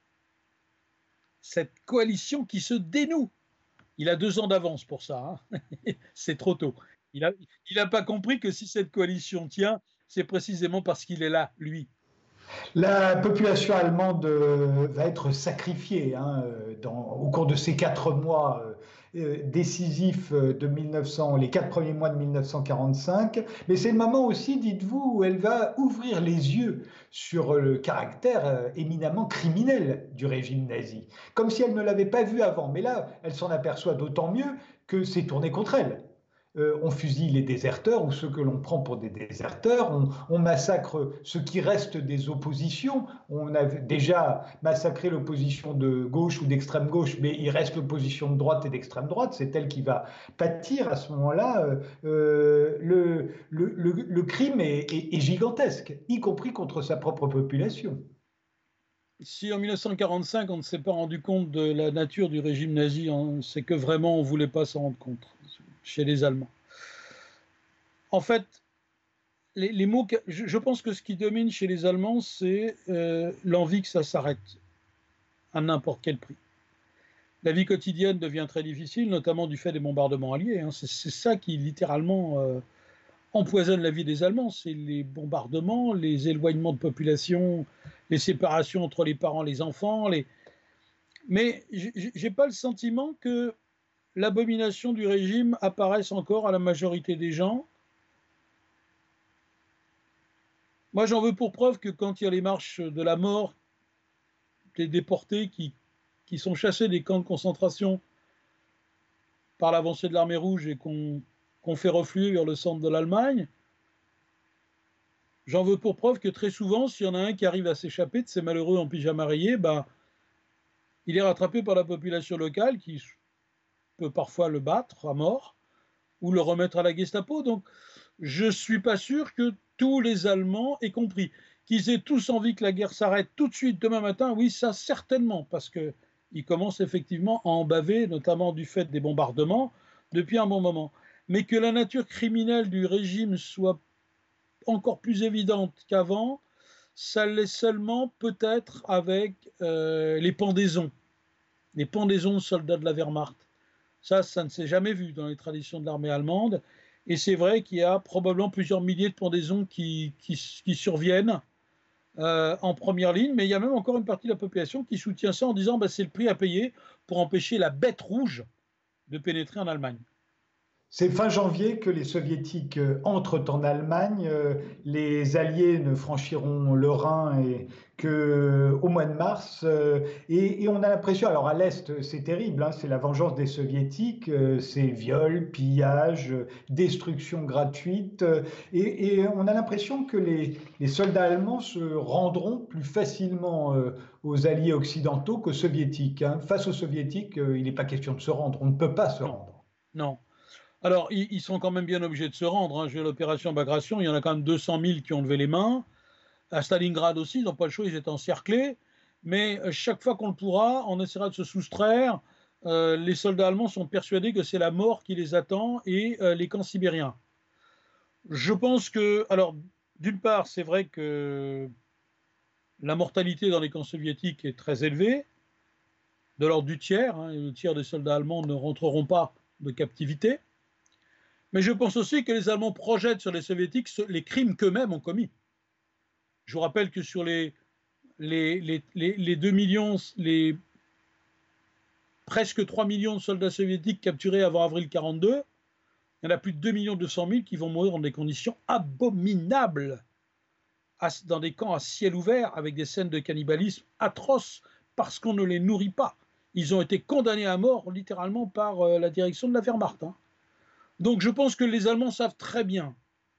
cette coalition qui se dénoue. Il a 2 ans d'avance pour ça, hein. C'est trop tôt. Il n'a pas compris que si cette coalition tient, c'est précisément parce qu'il est là, lui. La population allemande va être sacrifiée au cours de ces 4 mois décisifs de 1900, les 4 premiers mois de 1945. Mais c'est le moment aussi, dites-vous, où elle va ouvrir les yeux sur le caractère éminemment criminel du régime nazi, comme si elle ne l'avait pas vu avant. Mais là, elle s'en aperçoit d'autant mieux que c'est tourné contre elle. On fusille les déserteurs ou ceux que l'on prend pour des déserteurs, on massacre ce qui reste des oppositions. On a déjà massacré l'opposition de gauche ou d'extrême gauche, mais il reste l'opposition de droite et d'extrême droite, c'est elle qui va pâtir à ce moment-là. Le crime est gigantesque, y compris contre sa propre population. Si en 1945 on ne s'est pas rendu compte de la nature du régime nazi, c'est que vraiment on ne voulait pas s'en rendre compte chez les Allemands. En fait, les mots, je pense que ce qui domine chez les Allemands, c'est l'envie que ça s'arrête à n'importe quel prix. La vie quotidienne devient très difficile, notamment du fait des bombardements alliés. Hein. C'est ça qui littéralement empoisonne la vie des Allemands. C'est les bombardements, les éloignements de population, les séparations entre les parents et les enfants. Mais je n'ai pas le sentiment que l'abomination du régime apparaisse encore à la majorité des gens. Moi, j'en veux pour preuve que quand il y a les marches de la mort, des déportés qui sont chassés des camps de concentration par l'avancée de l'armée rouge et qu'on qu'on fait refluer vers le centre de l'Allemagne. J'en veux pour preuve que très souvent, s'il y en a un qui arrive à s'échapper de ces malheureux en pyjama rayé, il est rattrapé par la population locale qui peut parfois le battre à mort ou le remettre à la Gestapo. Donc, je ne suis pas sûr que tous les Allemands aient compris. Qu'ils aient tous envie que la guerre s'arrête tout de suite demain matin, oui, ça certainement, parce qu'ils commencent effectivement à en baver, notamment du fait des bombardements, depuis un bon moment. Mais que la nature criminelle du régime soit encore plus évidente qu'avant, ça l'est seulement peut-être avec les pendaisons de soldats de la Wehrmacht. Ça ne s'est jamais vu dans les traditions de l'armée allemande. Et c'est vrai qu'il y a probablement plusieurs milliers de pendaisons qui surviennent en première ligne, mais il y a même encore une partie de la population qui soutient ça en disant c'est le prix à payer pour empêcher la bête rouge de pénétrer en Allemagne. C'est fin janvier que les Soviétiques entrent en Allemagne. Les Alliés ne franchiront le Rhin qu'au mois de mars. Et on a l'impression, alors à l'Est, c'est terrible, hein, c'est la vengeance des Soviétiques, c'est viol, pillage, destruction gratuite. Et on a l'impression que les soldats allemands se rendront plus facilement aux Alliés occidentaux qu'aux Soviétiques. Hein. Face aux Soviétiques, il n'est pas question de se rendre, on ne peut pas se rendre. Non. Alors, ils sont quand même bien obligés de se rendre. Hein. L'opération Bagration, il y en a quand même 200 000 qui ont levé les mains. À Stalingrad aussi, ils n'ont pas le choix, ils étaient encerclés. Mais chaque fois qu'on le pourra, on essaiera de se soustraire. Les soldats allemands sont persuadés que c'est la mort qui les attend et les camps sibériens. Je pense que, alors, d'une part, c'est vrai que la mortalité dans les camps soviétiques est très élevée, de l'ordre du tiers. Hein, et le tiers des soldats allemands ne rentreront pas de captivité. Mais je pense aussi que les Allemands projettent sur les Soviétiques les crimes qu'eux-mêmes ont commis. Je vous rappelle que sur les 2 millions, les presque 3 millions de soldats soviétiques capturés avant avril 1942, il y en a plus de 2 200 000 qui vont mourir dans des conditions abominables, dans des camps à ciel ouvert, avec des scènes de cannibalisme atroces, parce qu'on ne les nourrit pas. Ils ont été condamnés à mort, littéralement, par la direction de la Wehrmacht. Hein. Donc je pense que les Allemands savent très bien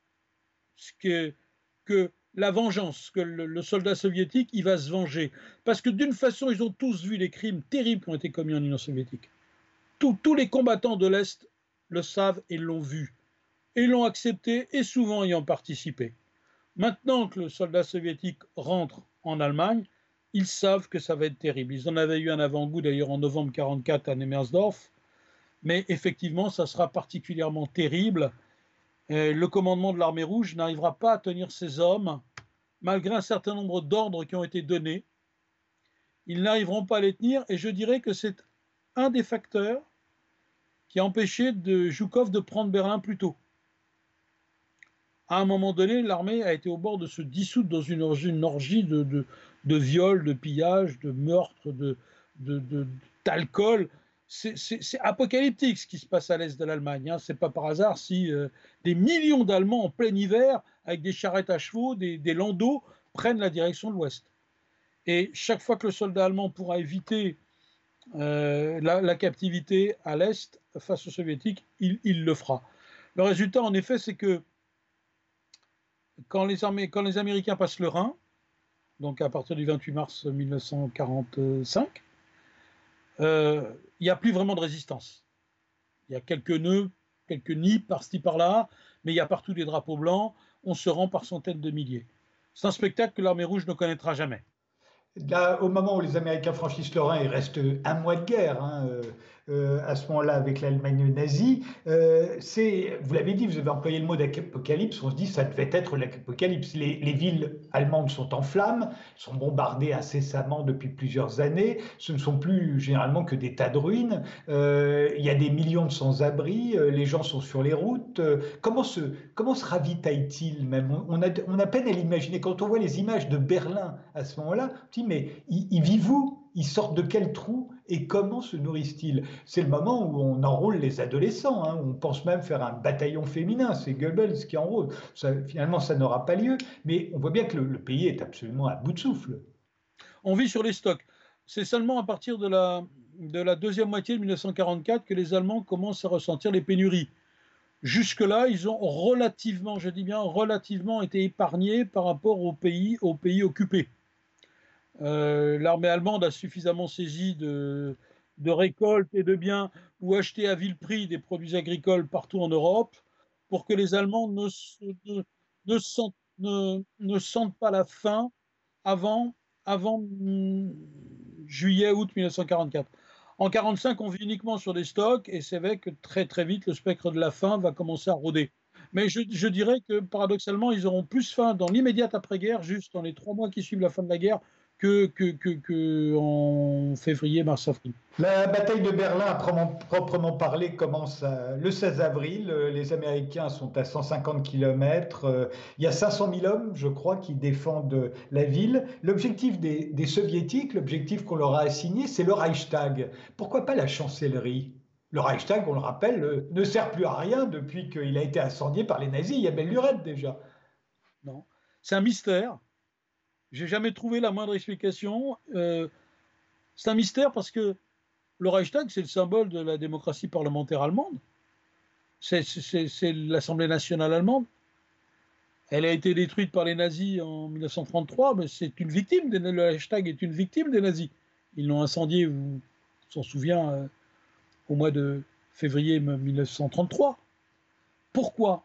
que la vengeance, que le soldat soviétique, il va se venger. Parce que d'une façon, ils ont tous vu les crimes terribles qui ont été commis en Union soviétique. Tous les combattants de l'Est le savent et l'ont vu. Et l'ont accepté et souvent y ont participé. Maintenant que le soldat soviétique rentre en Allemagne, ils savent que ça va être terrible. Ils en avaient eu un avant-goût d'ailleurs en novembre 1944 à Nemersdorf. Mais effectivement, ça sera particulièrement terrible. Le commandement de l'armée rouge n'arrivera pas à tenir ses hommes, malgré un certain nombre d'ordres qui ont été donnés. Ils n'arriveront pas à les tenir, et je dirais que c'est un des facteurs qui a empêché Zhukov de prendre Berlin plus tôt. À un moment donné, l'armée a été au bord de se dissoudre dans une orgie de viols, de pillages, de meurtres, d'alcool. C'est apocalyptique ce qui se passe à l'est de l'Allemagne. Hein. Ce n'est pas par hasard si des millions d'Allemands en plein hiver, avec des charrettes à chevaux, des landaux, prennent la direction de l'ouest. Et chaque fois que le soldat allemand pourra éviter la captivité à l'est face aux soviétiques, il le fera. Le résultat, en effet, c'est que quand les Américains passent le Rhin, donc à partir du 28 mars 1945, il n'y a plus vraiment de résistance. Il y a quelques nœuds, quelques nids par-ci par-là, mais il y a partout des drapeaux blancs, on se rend par centaines de milliers. C'est un spectacle que l'armée rouge ne connaîtra jamais. Là, au moment où les Américains franchissent le Rhin, il reste un mois de guerre. Hein, à ce moment-là avec l'Allemagne nazie. Vous l'avez dit, vous avez employé le mot d'apocalypse, on se dit que ça devait être l'apocalypse. Les villes allemandes sont en flammes, sont bombardées incessamment depuis plusieurs années, ce ne sont plus généralement que des tas de ruines, il y a des millions de sans-abri, les gens sont sur les routes. Comment se ravitaillent-ils même on a peine à l'imaginer. Quand on voit les images de Berlin à ce moment-là, on se dit mais ils vivent où? Ils sortent de quel trou et comment se nourrissent-ils? C'est le moment où on enrôle les adolescents. Hein. On pense même faire un bataillon féminin. C'est Goebbels qui enrôle. Finalement, ça n'aura pas lieu. Mais on voit bien que le pays est absolument à bout de souffle. On vit sur les stocks. C'est seulement à partir de la deuxième moitié de 1944 que les Allemands commencent à ressentir les pénuries. Jusque-là, ils ont relativement, je dis bien relativement, été épargnés par rapport aux pays occupés. L'armée allemande a suffisamment saisi de récoltes et de biens ou acheté à vil prix des produits agricoles partout en Europe pour que les Allemands ne sentent pas la faim avant, avant juillet-août 1944. En 1945, on vit uniquement sur des stocks et c'est vrai que très très vite, le spectre de la faim va commencer à rôder. Mais je dirais que paradoxalement, ils auront plus faim dans l'immédiate après-guerre, juste dans les 3 mois qui suivent la fin de la guerre, que en février, mars, avril. La bataille de Berlin, proprement parlé, commence le 16 avril. Les Américains sont à 150 km. Il y a 500 000 hommes, je crois, qui défendent la ville. L'objectif des Soviétiques, l'objectif qu'on leur a assigné, c'est le Reichstag. Pourquoi pas la chancellerie? Le Reichstag, on le rappelle, ne sert plus à rien depuis qu'il a été incendié par les nazis. Il y a belle lurette déjà. Non, c'est un mystère. J'ai jamais trouvé la moindre explication. C'est un mystère parce que le Reichstag, c'est le symbole de la démocratie parlementaire allemande. C'est l'Assemblée nationale allemande. Elle a été détruite par les nazis en 1933, mais c'est une victime. Le Reichstag est une victime des nazis. Ils l'ont incendié, on s'en souvient, au mois de février 1933. Pourquoi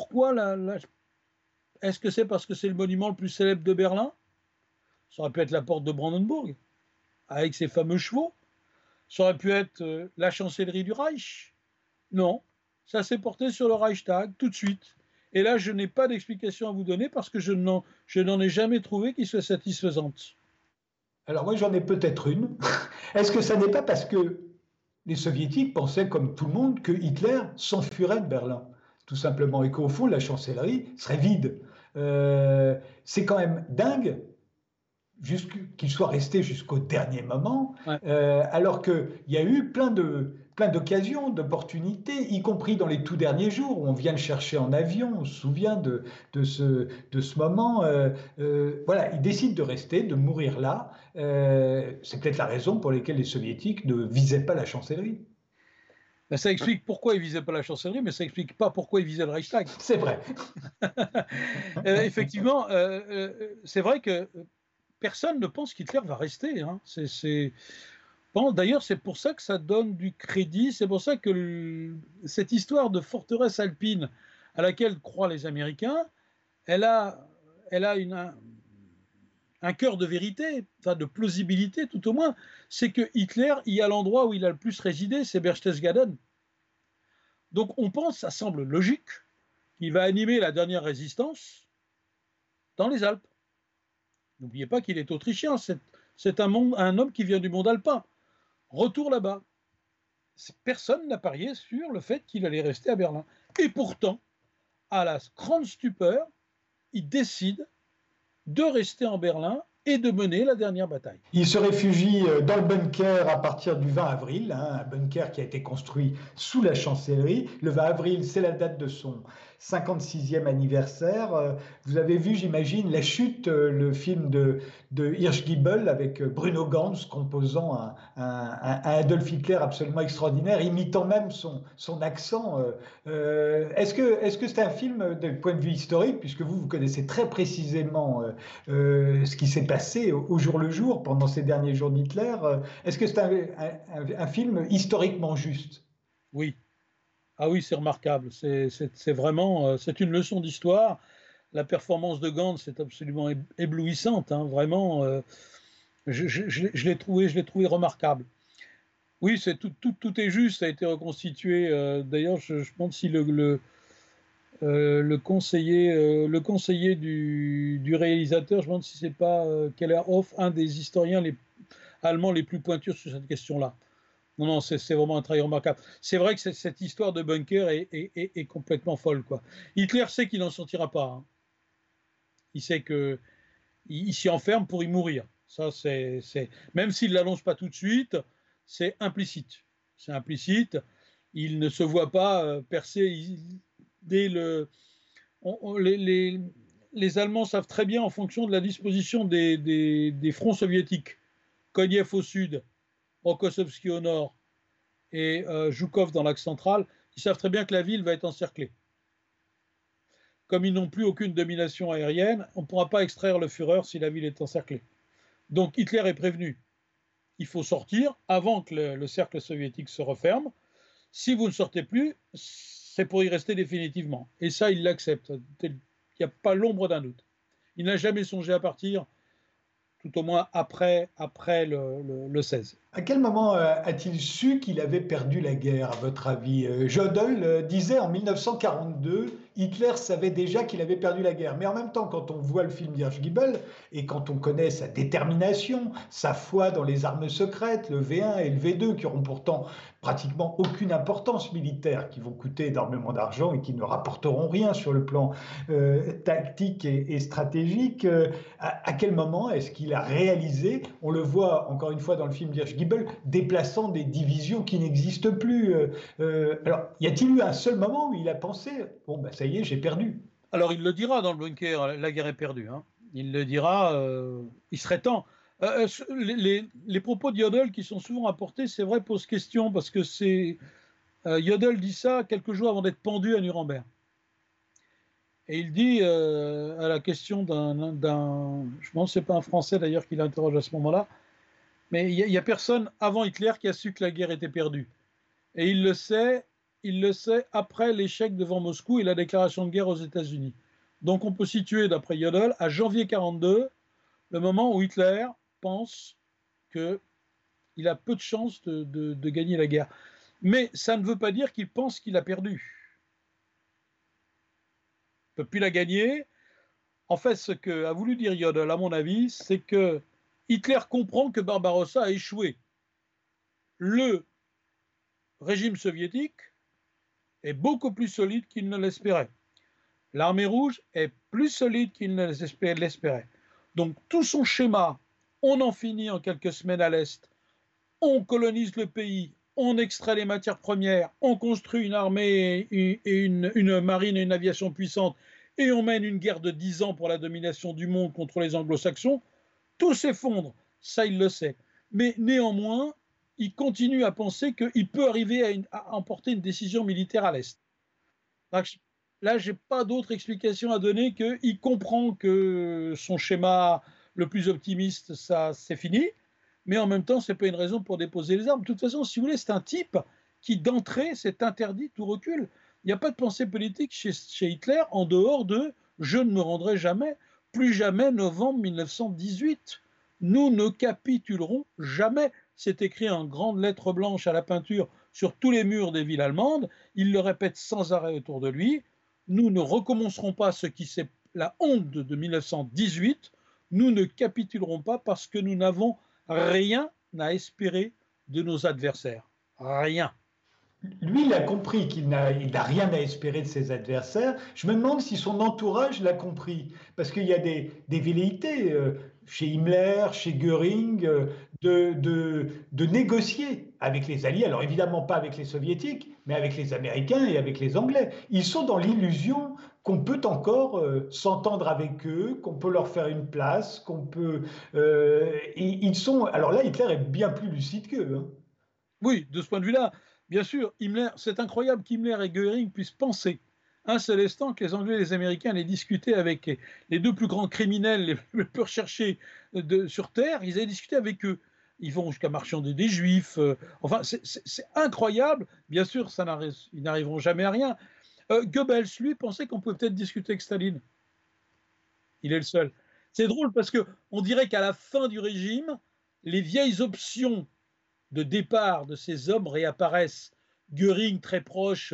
Est-ce que c'est parce que c'est le monument le plus célèbre de Berlin? Ça aurait pu être la porte de Brandenburg, avec ses fameux chevaux. Ça aurait pu être la chancellerie du Reich. Non, ça s'est porté sur le Reichstag tout de suite. Et là, je n'ai pas d'explication à vous donner parce que je n'en ai jamais trouvé qui soit satisfaisante. Alors moi, j'en ai peut-être une. Est-ce que ça n'est pas parce que les Soviétiques pensaient, comme tout le monde, que Hitler s'enfuirait de Berlin, tout simplement, et qu'au fond, la chancellerie serait vide? C'est quand même dingue qu'il soit resté jusqu'au dernier moment, Ouais. alors qu'il y a eu plein d'occasions, d'opportunités, y compris dans les tout derniers jours où on vient le chercher en avion. On se souvient de ce moment. Voilà, il décide de rester, de mourir là. C'est peut-être la raison pour laquelle les Soviétiques ne visaient pas la chancellerie. Ben, ça explique pourquoi ils ne visaient pas la chancellerie, mais ça n'explique pas pourquoi ils visaient le Reichstag. C'est vrai. Effectivement, c'est vrai que personne ne pense qu'Hitler va rester. Hein. Bon, d'ailleurs, c'est pour ça que ça donne du crédit. C'est pour ça que cette histoire de forteresse alpine à laquelle croient les Américains, elle a un cœur de vérité, enfin de plausibilité tout au moins. C'est que Hitler, il y a l'endroit où il a le plus résidé, c'est Berchtesgaden. Donc on pense, ça semble logique, qu'il va animer la dernière résistance dans les Alpes. N'oubliez pas qu'il est autrichien, c'est un homme qui vient du monde alpin. Retour là-bas. Personne n'a parié sur le fait qu'il allait rester à Berlin. Et pourtant, à la grande stupeur, il décide de rester en Berlin et de mener la dernière bataille. Il se réfugie dans le bunker à partir du 20 avril, hein, un bunker qui a été construit sous la chancellerie. Le 20 avril, c'est la date de son 56e anniversaire. Vous avez vu, j'imagine, La Chute, le film de Hirschgiebel avec Bruno Ganz composant un Adolf Hitler absolument extraordinaire, imitant même son accent. Est-ce que c'est un film de point de vue historique, puisque vous connaissez très précisément ce qui s'est passé au jour le jour pendant ces derniers jours d'Hitler? Est-ce que c'est un film historiquement juste? Oui. Ah oui, c'est remarquable. C'est vraiment, c'est une leçon d'histoire. La performance de Gantz est absolument éblouissante. Hein, vraiment, je l'ai trouvé remarquable. Oui, tout est juste. Ça a été reconstitué. D'ailleurs, je pense si le conseiller du réalisateur, je me demande si c'est pas Kellerhoff, un des historiens allemands les plus pointus sur cette question-là. Non, c'est vraiment un travail remarquable. C'est vrai que cette histoire de bunker est complètement folle, quoi. Hitler sait qu'il n'en sortira pas. Hein. Il sait qu'il s'y enferme pour y mourir. Ça, même s'il ne l'annonce pas tout de suite, c'est implicite. C'est implicite. Il ne se voit pas percer dès le. Les Allemands savent très bien, en fonction de la disposition des fronts soviétiques, Koniev au sud, Rokossovski au nord et Zhukov dans l'axe central, Ils savent très bien que la ville va être encerclée. Comme ils n'ont plus aucune domination aérienne, on ne pourra pas extraire le Führer si la ville est encerclée. Donc Hitler est prévenu. Il faut sortir avant que le cercle soviétique se referme. Si vous ne sortez plus, c'est pour y rester définitivement. Et ça, il l'accepte. Il n'y a pas l'ombre d'un doute. Il n'a jamais songé à partir, tout au moins après le 16. À quel moment a-t-il su qu'il avait perdu la guerre, à votre avis? Jodl disait en 1942, Hitler savait déjà qu'il avait perdu la guerre. Mais en même temps, quand on voit le film d'Hirschgiebel et quand on connaît sa détermination, sa foi dans les armes secrètes, le V1 et le V2, qui auront pourtant pratiquement aucune importance militaire, qui vont coûter énormément d'argent et qui ne rapporteront rien sur le plan tactique et stratégique, à quel moment est-ce qu'il a réalisé? On le voit encore une fois dans le film d'Hirschgiebel, déplaçant des divisions qui n'existent plus. Alors, y a-t-il eu un seul moment où il a pensé, bon, ben, ça y est, j'ai perdu? Alors il le dira dans le bunker, la guerre est perdue. Hein. Il le dira, il serait temps. Les propos de Jodl qui sont souvent apportés, c'est vrai, posent question, parce que Jodl dit ça quelques jours avant d'être pendu à Nuremberg. Et il dit, à la question je pense que ce n'est pas un Français d'ailleurs qui l'interroge à ce moment-là, mais il n'y a personne avant Hitler qui a su que la guerre était perdue. Et il le sait après l'échec devant Moscou et la déclaration de guerre aux États-Unis. Donc on peut situer, d'après Jodl, à janvier 1942, le moment où Hitler pense qu'il a peu de chances de gagner la guerre. Mais ça ne veut pas dire qu'il pense qu'il a perdu. Il ne peut plus la gagner. En fait, ce qu'a voulu dire Jodl, à mon avis, c'est que Hitler comprend que Barbarossa a échoué. Le régime soviétique est beaucoup plus solide qu'il ne l'espérait. L'armée rouge est plus solide qu'il ne l'espérait. Donc tout son schéma, on en finit en quelques semaines à l'Est, on colonise le pays, on extrait les matières premières, on construit une armée et une marine et une aviation puissante, et on mène une guerre de 10 ans pour la domination du monde contre les anglo-saxons, tout s'effondre, ça il le sait. Mais néanmoins, il continue à penser qu'il peut arriver à emporter une décision militaire à l'Est. Là, je n'ai pas d'autre explication à donner qu'il comprend que son schéma le plus optimiste, ça, c'est fini, mais en même temps, ce n'est pas une raison pour déposer les armes. De toute façon, si vous voulez, c'est un type qui, d'entrée, s'est interdit tout recul. Il n'y a pas de pensée politique chez Hitler en dehors de « je ne me rendrai jamais ». Plus jamais novembre 1918. Nous ne capitulerons jamais. C'est écrit en grandes lettres blanches à la peinture sur tous les murs des villes allemandes. Il le répète sans arrêt autour de lui. Nous ne recommencerons pas ce qui c'est la honte de 1918. Nous ne capitulerons pas parce que nous n'avons rien à espérer de nos adversaires. Rien. Lui, il a compris qu'il n'a rien à espérer de ses adversaires. Je me demande si son entourage l'a compris. Parce qu'il y a des velléités chez Himmler, chez Göring, de négocier avec les Alliés. Alors évidemment pas avec les Soviétiques, mais avec les Américains et avec les Anglais. Ils sont dans l'illusion qu'on peut encore s'entendre avec eux, qu'on peut leur faire une place, qu'on peut... ils sont... Alors là, Hitler est bien plus lucide qu'eux. Hein. Oui, de ce point de vue-là, bien sûr, c'est incroyable qu'Himmler et Göring puissent penser un seul instant que les Anglais et les Américains allaient discuter avec les deux plus grands criminels les plus recherchés sur Terre. Ils allaient discuter avec eux. Ils vont jusqu'à marchander des Juifs. Enfin, c'est incroyable. Bien sûr, ils n'arriveront jamais à rien. Goebbels, lui, pensait qu'on pouvait peut-être discuter avec Staline. Il est le seul. C'est drôle parce qu'on dirait qu'à la fin du régime, les vieilles options de départ de ces hommes réapparaissent. Göring très proche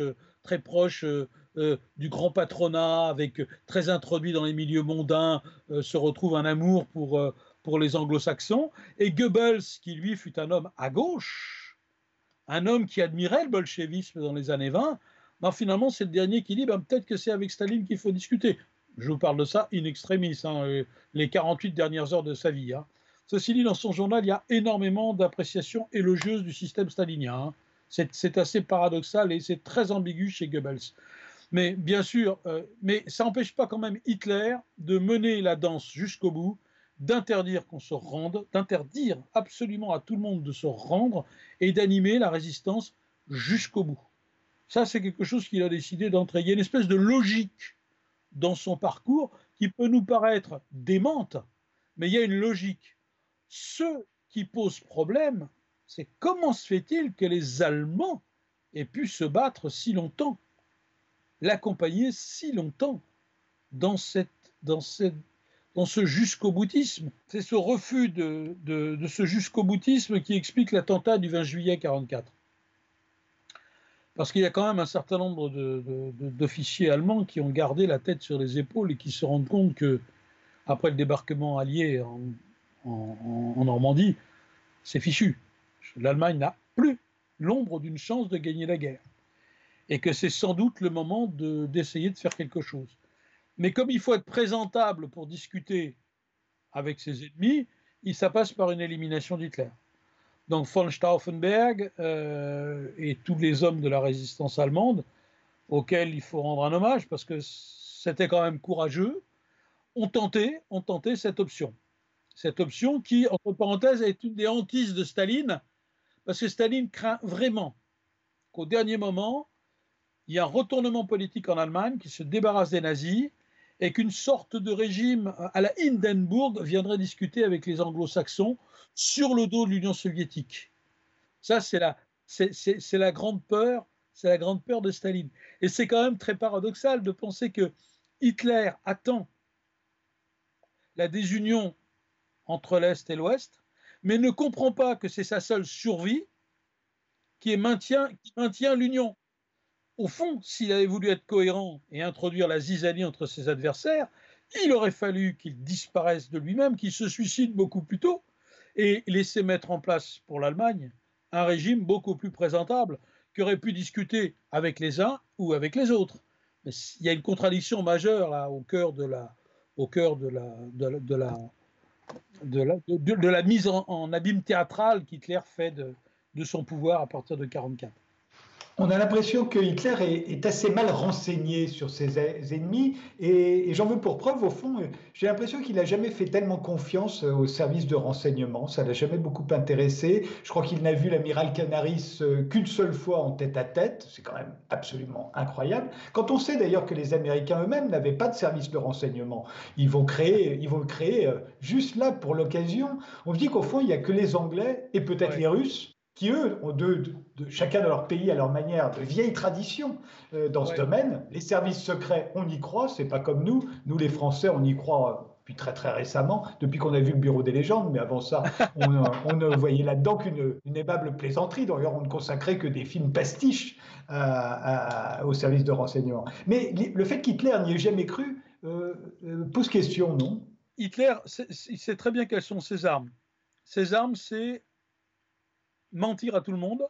du grand patronat, très introduit dans les milieux mondains, se retrouve un amour pour les anglo-saxons. Et Goebbels, qui lui fut un homme à gauche, un homme qui admirait le bolchevisme dans les années 20, ben finalement c'est le dernier qui dit peut-être que c'est avec Staline qu'il faut discuter. Je vous parle de ça in extremis, les 48 dernières heures de sa vie. Hein. Ceci dit, dans son journal, il y a énormément d'appréciations élogieuses du système stalinien. Hein. C'est assez paradoxal et c'est très ambigu chez Goebbels. Mais bien sûr, mais ça n'empêche pas quand même Hitler de mener la danse jusqu'au bout, d'interdire qu'on se rende, d'interdire absolument à tout le monde de se rendre et d'animer la résistance jusqu'au bout. Ça, c'est quelque chose qu'il a décidé d'entrer. Il y a une espèce de logique dans son parcours qui peut nous paraître démente, mais il y a une logique. Ce qui pose problème, c'est comment se fait-il que les Allemands aient pu se battre si longtemps, l'accompagner si longtemps dans, dans, dans ce jusqu'au-boutisme. C'est ce refus de ce jusqu'au-boutisme qui explique l'attentat du 20 juillet 1944. Parce qu'il y a quand même un certain nombre d'officiers allemands qui ont gardé la tête sur les épaules et qui se rendent compte que, après le débarquement allié en Normandie, c'est fichu. L'Allemagne n'a plus l'ombre d'une chance de gagner la guerre. Et que c'est sans doute le moment d'essayer de faire quelque chose. Mais comme il faut être présentable pour discuter avec ses ennemis, ça passe par une élimination d'Hitler. Donc von Stauffenberg et tous les hommes de la résistance allemande, auxquels il faut rendre un hommage, parce que c'était quand même courageux, ont tenté cette option. Cette option qui, entre parenthèses, est une des hantises de Staline, parce que Staline craint vraiment qu'au dernier moment, il y ait un retournement politique en Allemagne qui se débarrasse des nazis et qu'une sorte de régime à la Hindenburg viendrait discuter avec les anglo-saxons sur le dos de l'Union soviétique. Ça, c'est la grande peur, c'est la grande peur de Staline. Et c'est quand même très paradoxal de penser que Hitler attend la désunion entre l'Est et l'Ouest, mais ne comprend pas que c'est sa seule survie qui maintient l'union. Au fond, s'il avait voulu être cohérent et introduire la zizanie entre ses adversaires, il aurait fallu qu'il disparaisse de lui-même, qu'il se suicide beaucoup plus tôt et laisser mettre en place pour l'Allemagne un régime beaucoup plus présentable qui aurait pu discuter avec les uns ou avec les autres. Mais il y a une contradiction majeure là, au cœur de la mise en abîme théâtrale qu'Hitler fait de son pouvoir à partir de 1944. On a l'impression que Hitler est assez mal renseigné sur ses ennemis et j'en veux pour preuve, au fond, j'ai l'impression qu'il n'a jamais fait tellement confiance aux services de renseignement, ça l'a jamais beaucoup intéressé. Je crois qu'il n'a vu l'amiral Canaris qu'une seule fois en tête-à-tête, c'est quand même absolument incroyable. Quand on sait d'ailleurs que les Américains eux-mêmes n'avaient pas de service de renseignement, ils vont le créer juste là pour l'occasion. On se dit qu'au fond, il n'y a que les Anglais et peut-être les Russes qui, eux, ont chacun de leur pays à leur manière de vieilles traditions dans ce domaine. Les services secrets, on y croit, c'est pas comme nous. Nous, les Français, on y croit depuis très très récemment, depuis qu'on a vu le Bureau des légendes, mais avant ça, on ne voyait là-dedans qu'une aimable plaisanterie. D'ailleurs, on ne consacrait que des films pastiches aux services de renseignement. Mais le fait qu'Hitler n'y ait jamais cru pose question, non? Hitler, il sait très bien quelles sont ses armes. Ses armes, c'est mentir à tout le monde,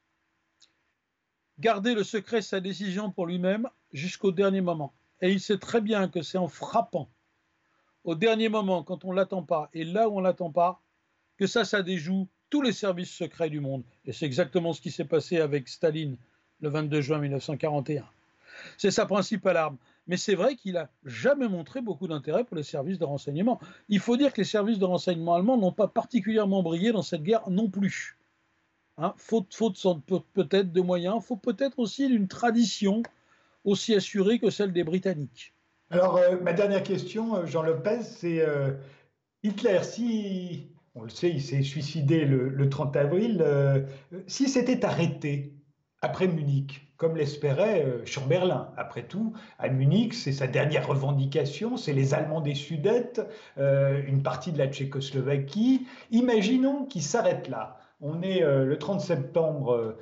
garder le secret de sa décision pour lui-même jusqu'au dernier moment. Et il sait très bien que c'est en frappant au dernier moment, quand on ne l'attend pas, et là où on ne l'attend pas, que ça déjoue tous les services secrets du monde. Et c'est exactement ce qui s'est passé avec Staline le 22 juin 1941. C'est sa principale arme. Mais c'est vrai qu'il n'a jamais montré beaucoup d'intérêt pour les services de renseignement. Il faut dire que les services de renseignement allemands n'ont pas particulièrement brillé dans cette guerre non plus. Faute peut-être de moyens, faut peut-être aussi d'une tradition aussi assurée que celle des Britanniques. Alors, ma dernière question, Jean Lopez, c'est Hitler, si, on le sait, il s'est suicidé le 30 avril, s'il s'était arrêté après Munich, comme l'espérait Chamberlain, après tout, à Munich, c'est sa dernière revendication, c'est les Allemands des Sudètes, une partie de la Tchécoslovaquie, imaginons qu'il s'arrête là. On est le 30 septembre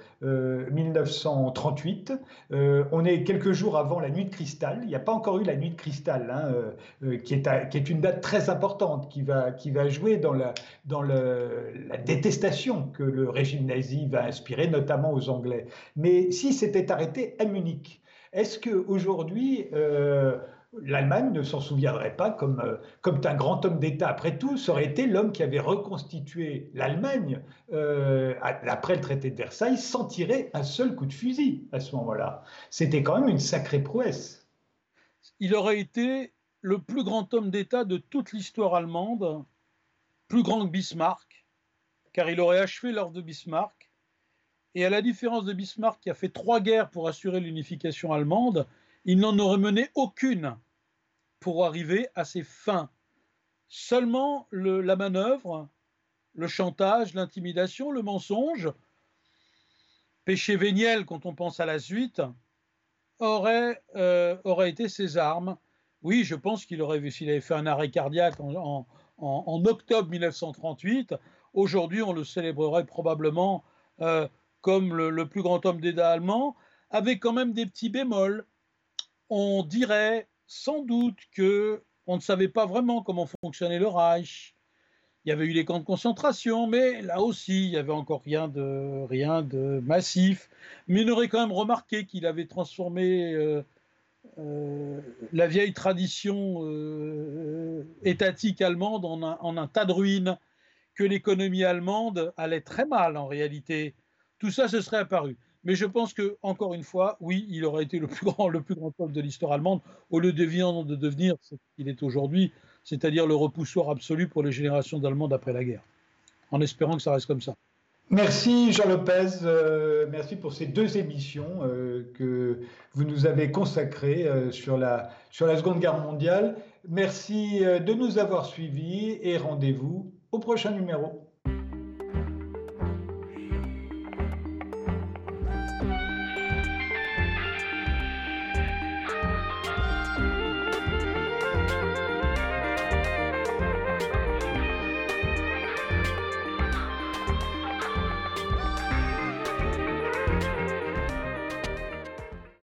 1938. On est quelques jours avant la nuit de cristal. Il n'y a pas encore eu la nuit de cristal, qui est une date très importante, qui va jouer dans la détestation que le régime nazi va inspirer, notamment aux Anglais. Mais si c'était arrêté à Munich, est-ce qu'aujourd'hui, l'Allemagne ne s'en souviendrait pas comme un grand homme d'État? Après tout, ça aurait été l'homme qui avait reconstitué l'Allemagne après le traité de Versailles sans tirer un seul coup de fusil à ce moment-là. C'était quand même une sacrée prouesse. Il aurait été le plus grand homme d'État de toute l'histoire allemande, plus grand que Bismarck, car il aurait achevé l'œuvre de Bismarck Et à la différence de Bismarck, qui a fait 3 guerres pour assurer l'unification allemande, il n'en aurait mené aucune pour arriver à ses fins. Seulement la manœuvre, le chantage, l'intimidation, le mensonge, péché véniel quand on pense à la suite, aurait été ses armes. Oui, je pense s'il avait fait un arrêt cardiaque en octobre 1938, aujourd'hui on le célébrerait probablement comme le plus grand homme d'État allemand, avec quand même des petits bémols. On dirait sans doute que on ne savait pas vraiment comment fonctionnait le Reich. Il y avait eu les camps de concentration, mais là aussi, il n'y avait encore rien de massif. Mais on aurait quand même remarqué qu'il avait transformé la vieille tradition étatique allemande en un tas de ruines, que l'économie allemande allait très mal en réalité. Tout ça se serait apparu. Mais je pense que, encore une fois, oui, il aurait été le plus grand homme de l'histoire allemande, au lieu de devenir ce qu'il est aujourd'hui, c'est-à-dire le repoussoir absolu pour les générations d'Allemands après la guerre, en espérant que ça reste comme ça. Merci Jean Lopez, merci pour ces 2 émissions que vous nous avez consacrées sur la Seconde Guerre mondiale. Merci de nous avoir suivis et rendez-vous au prochain numéro.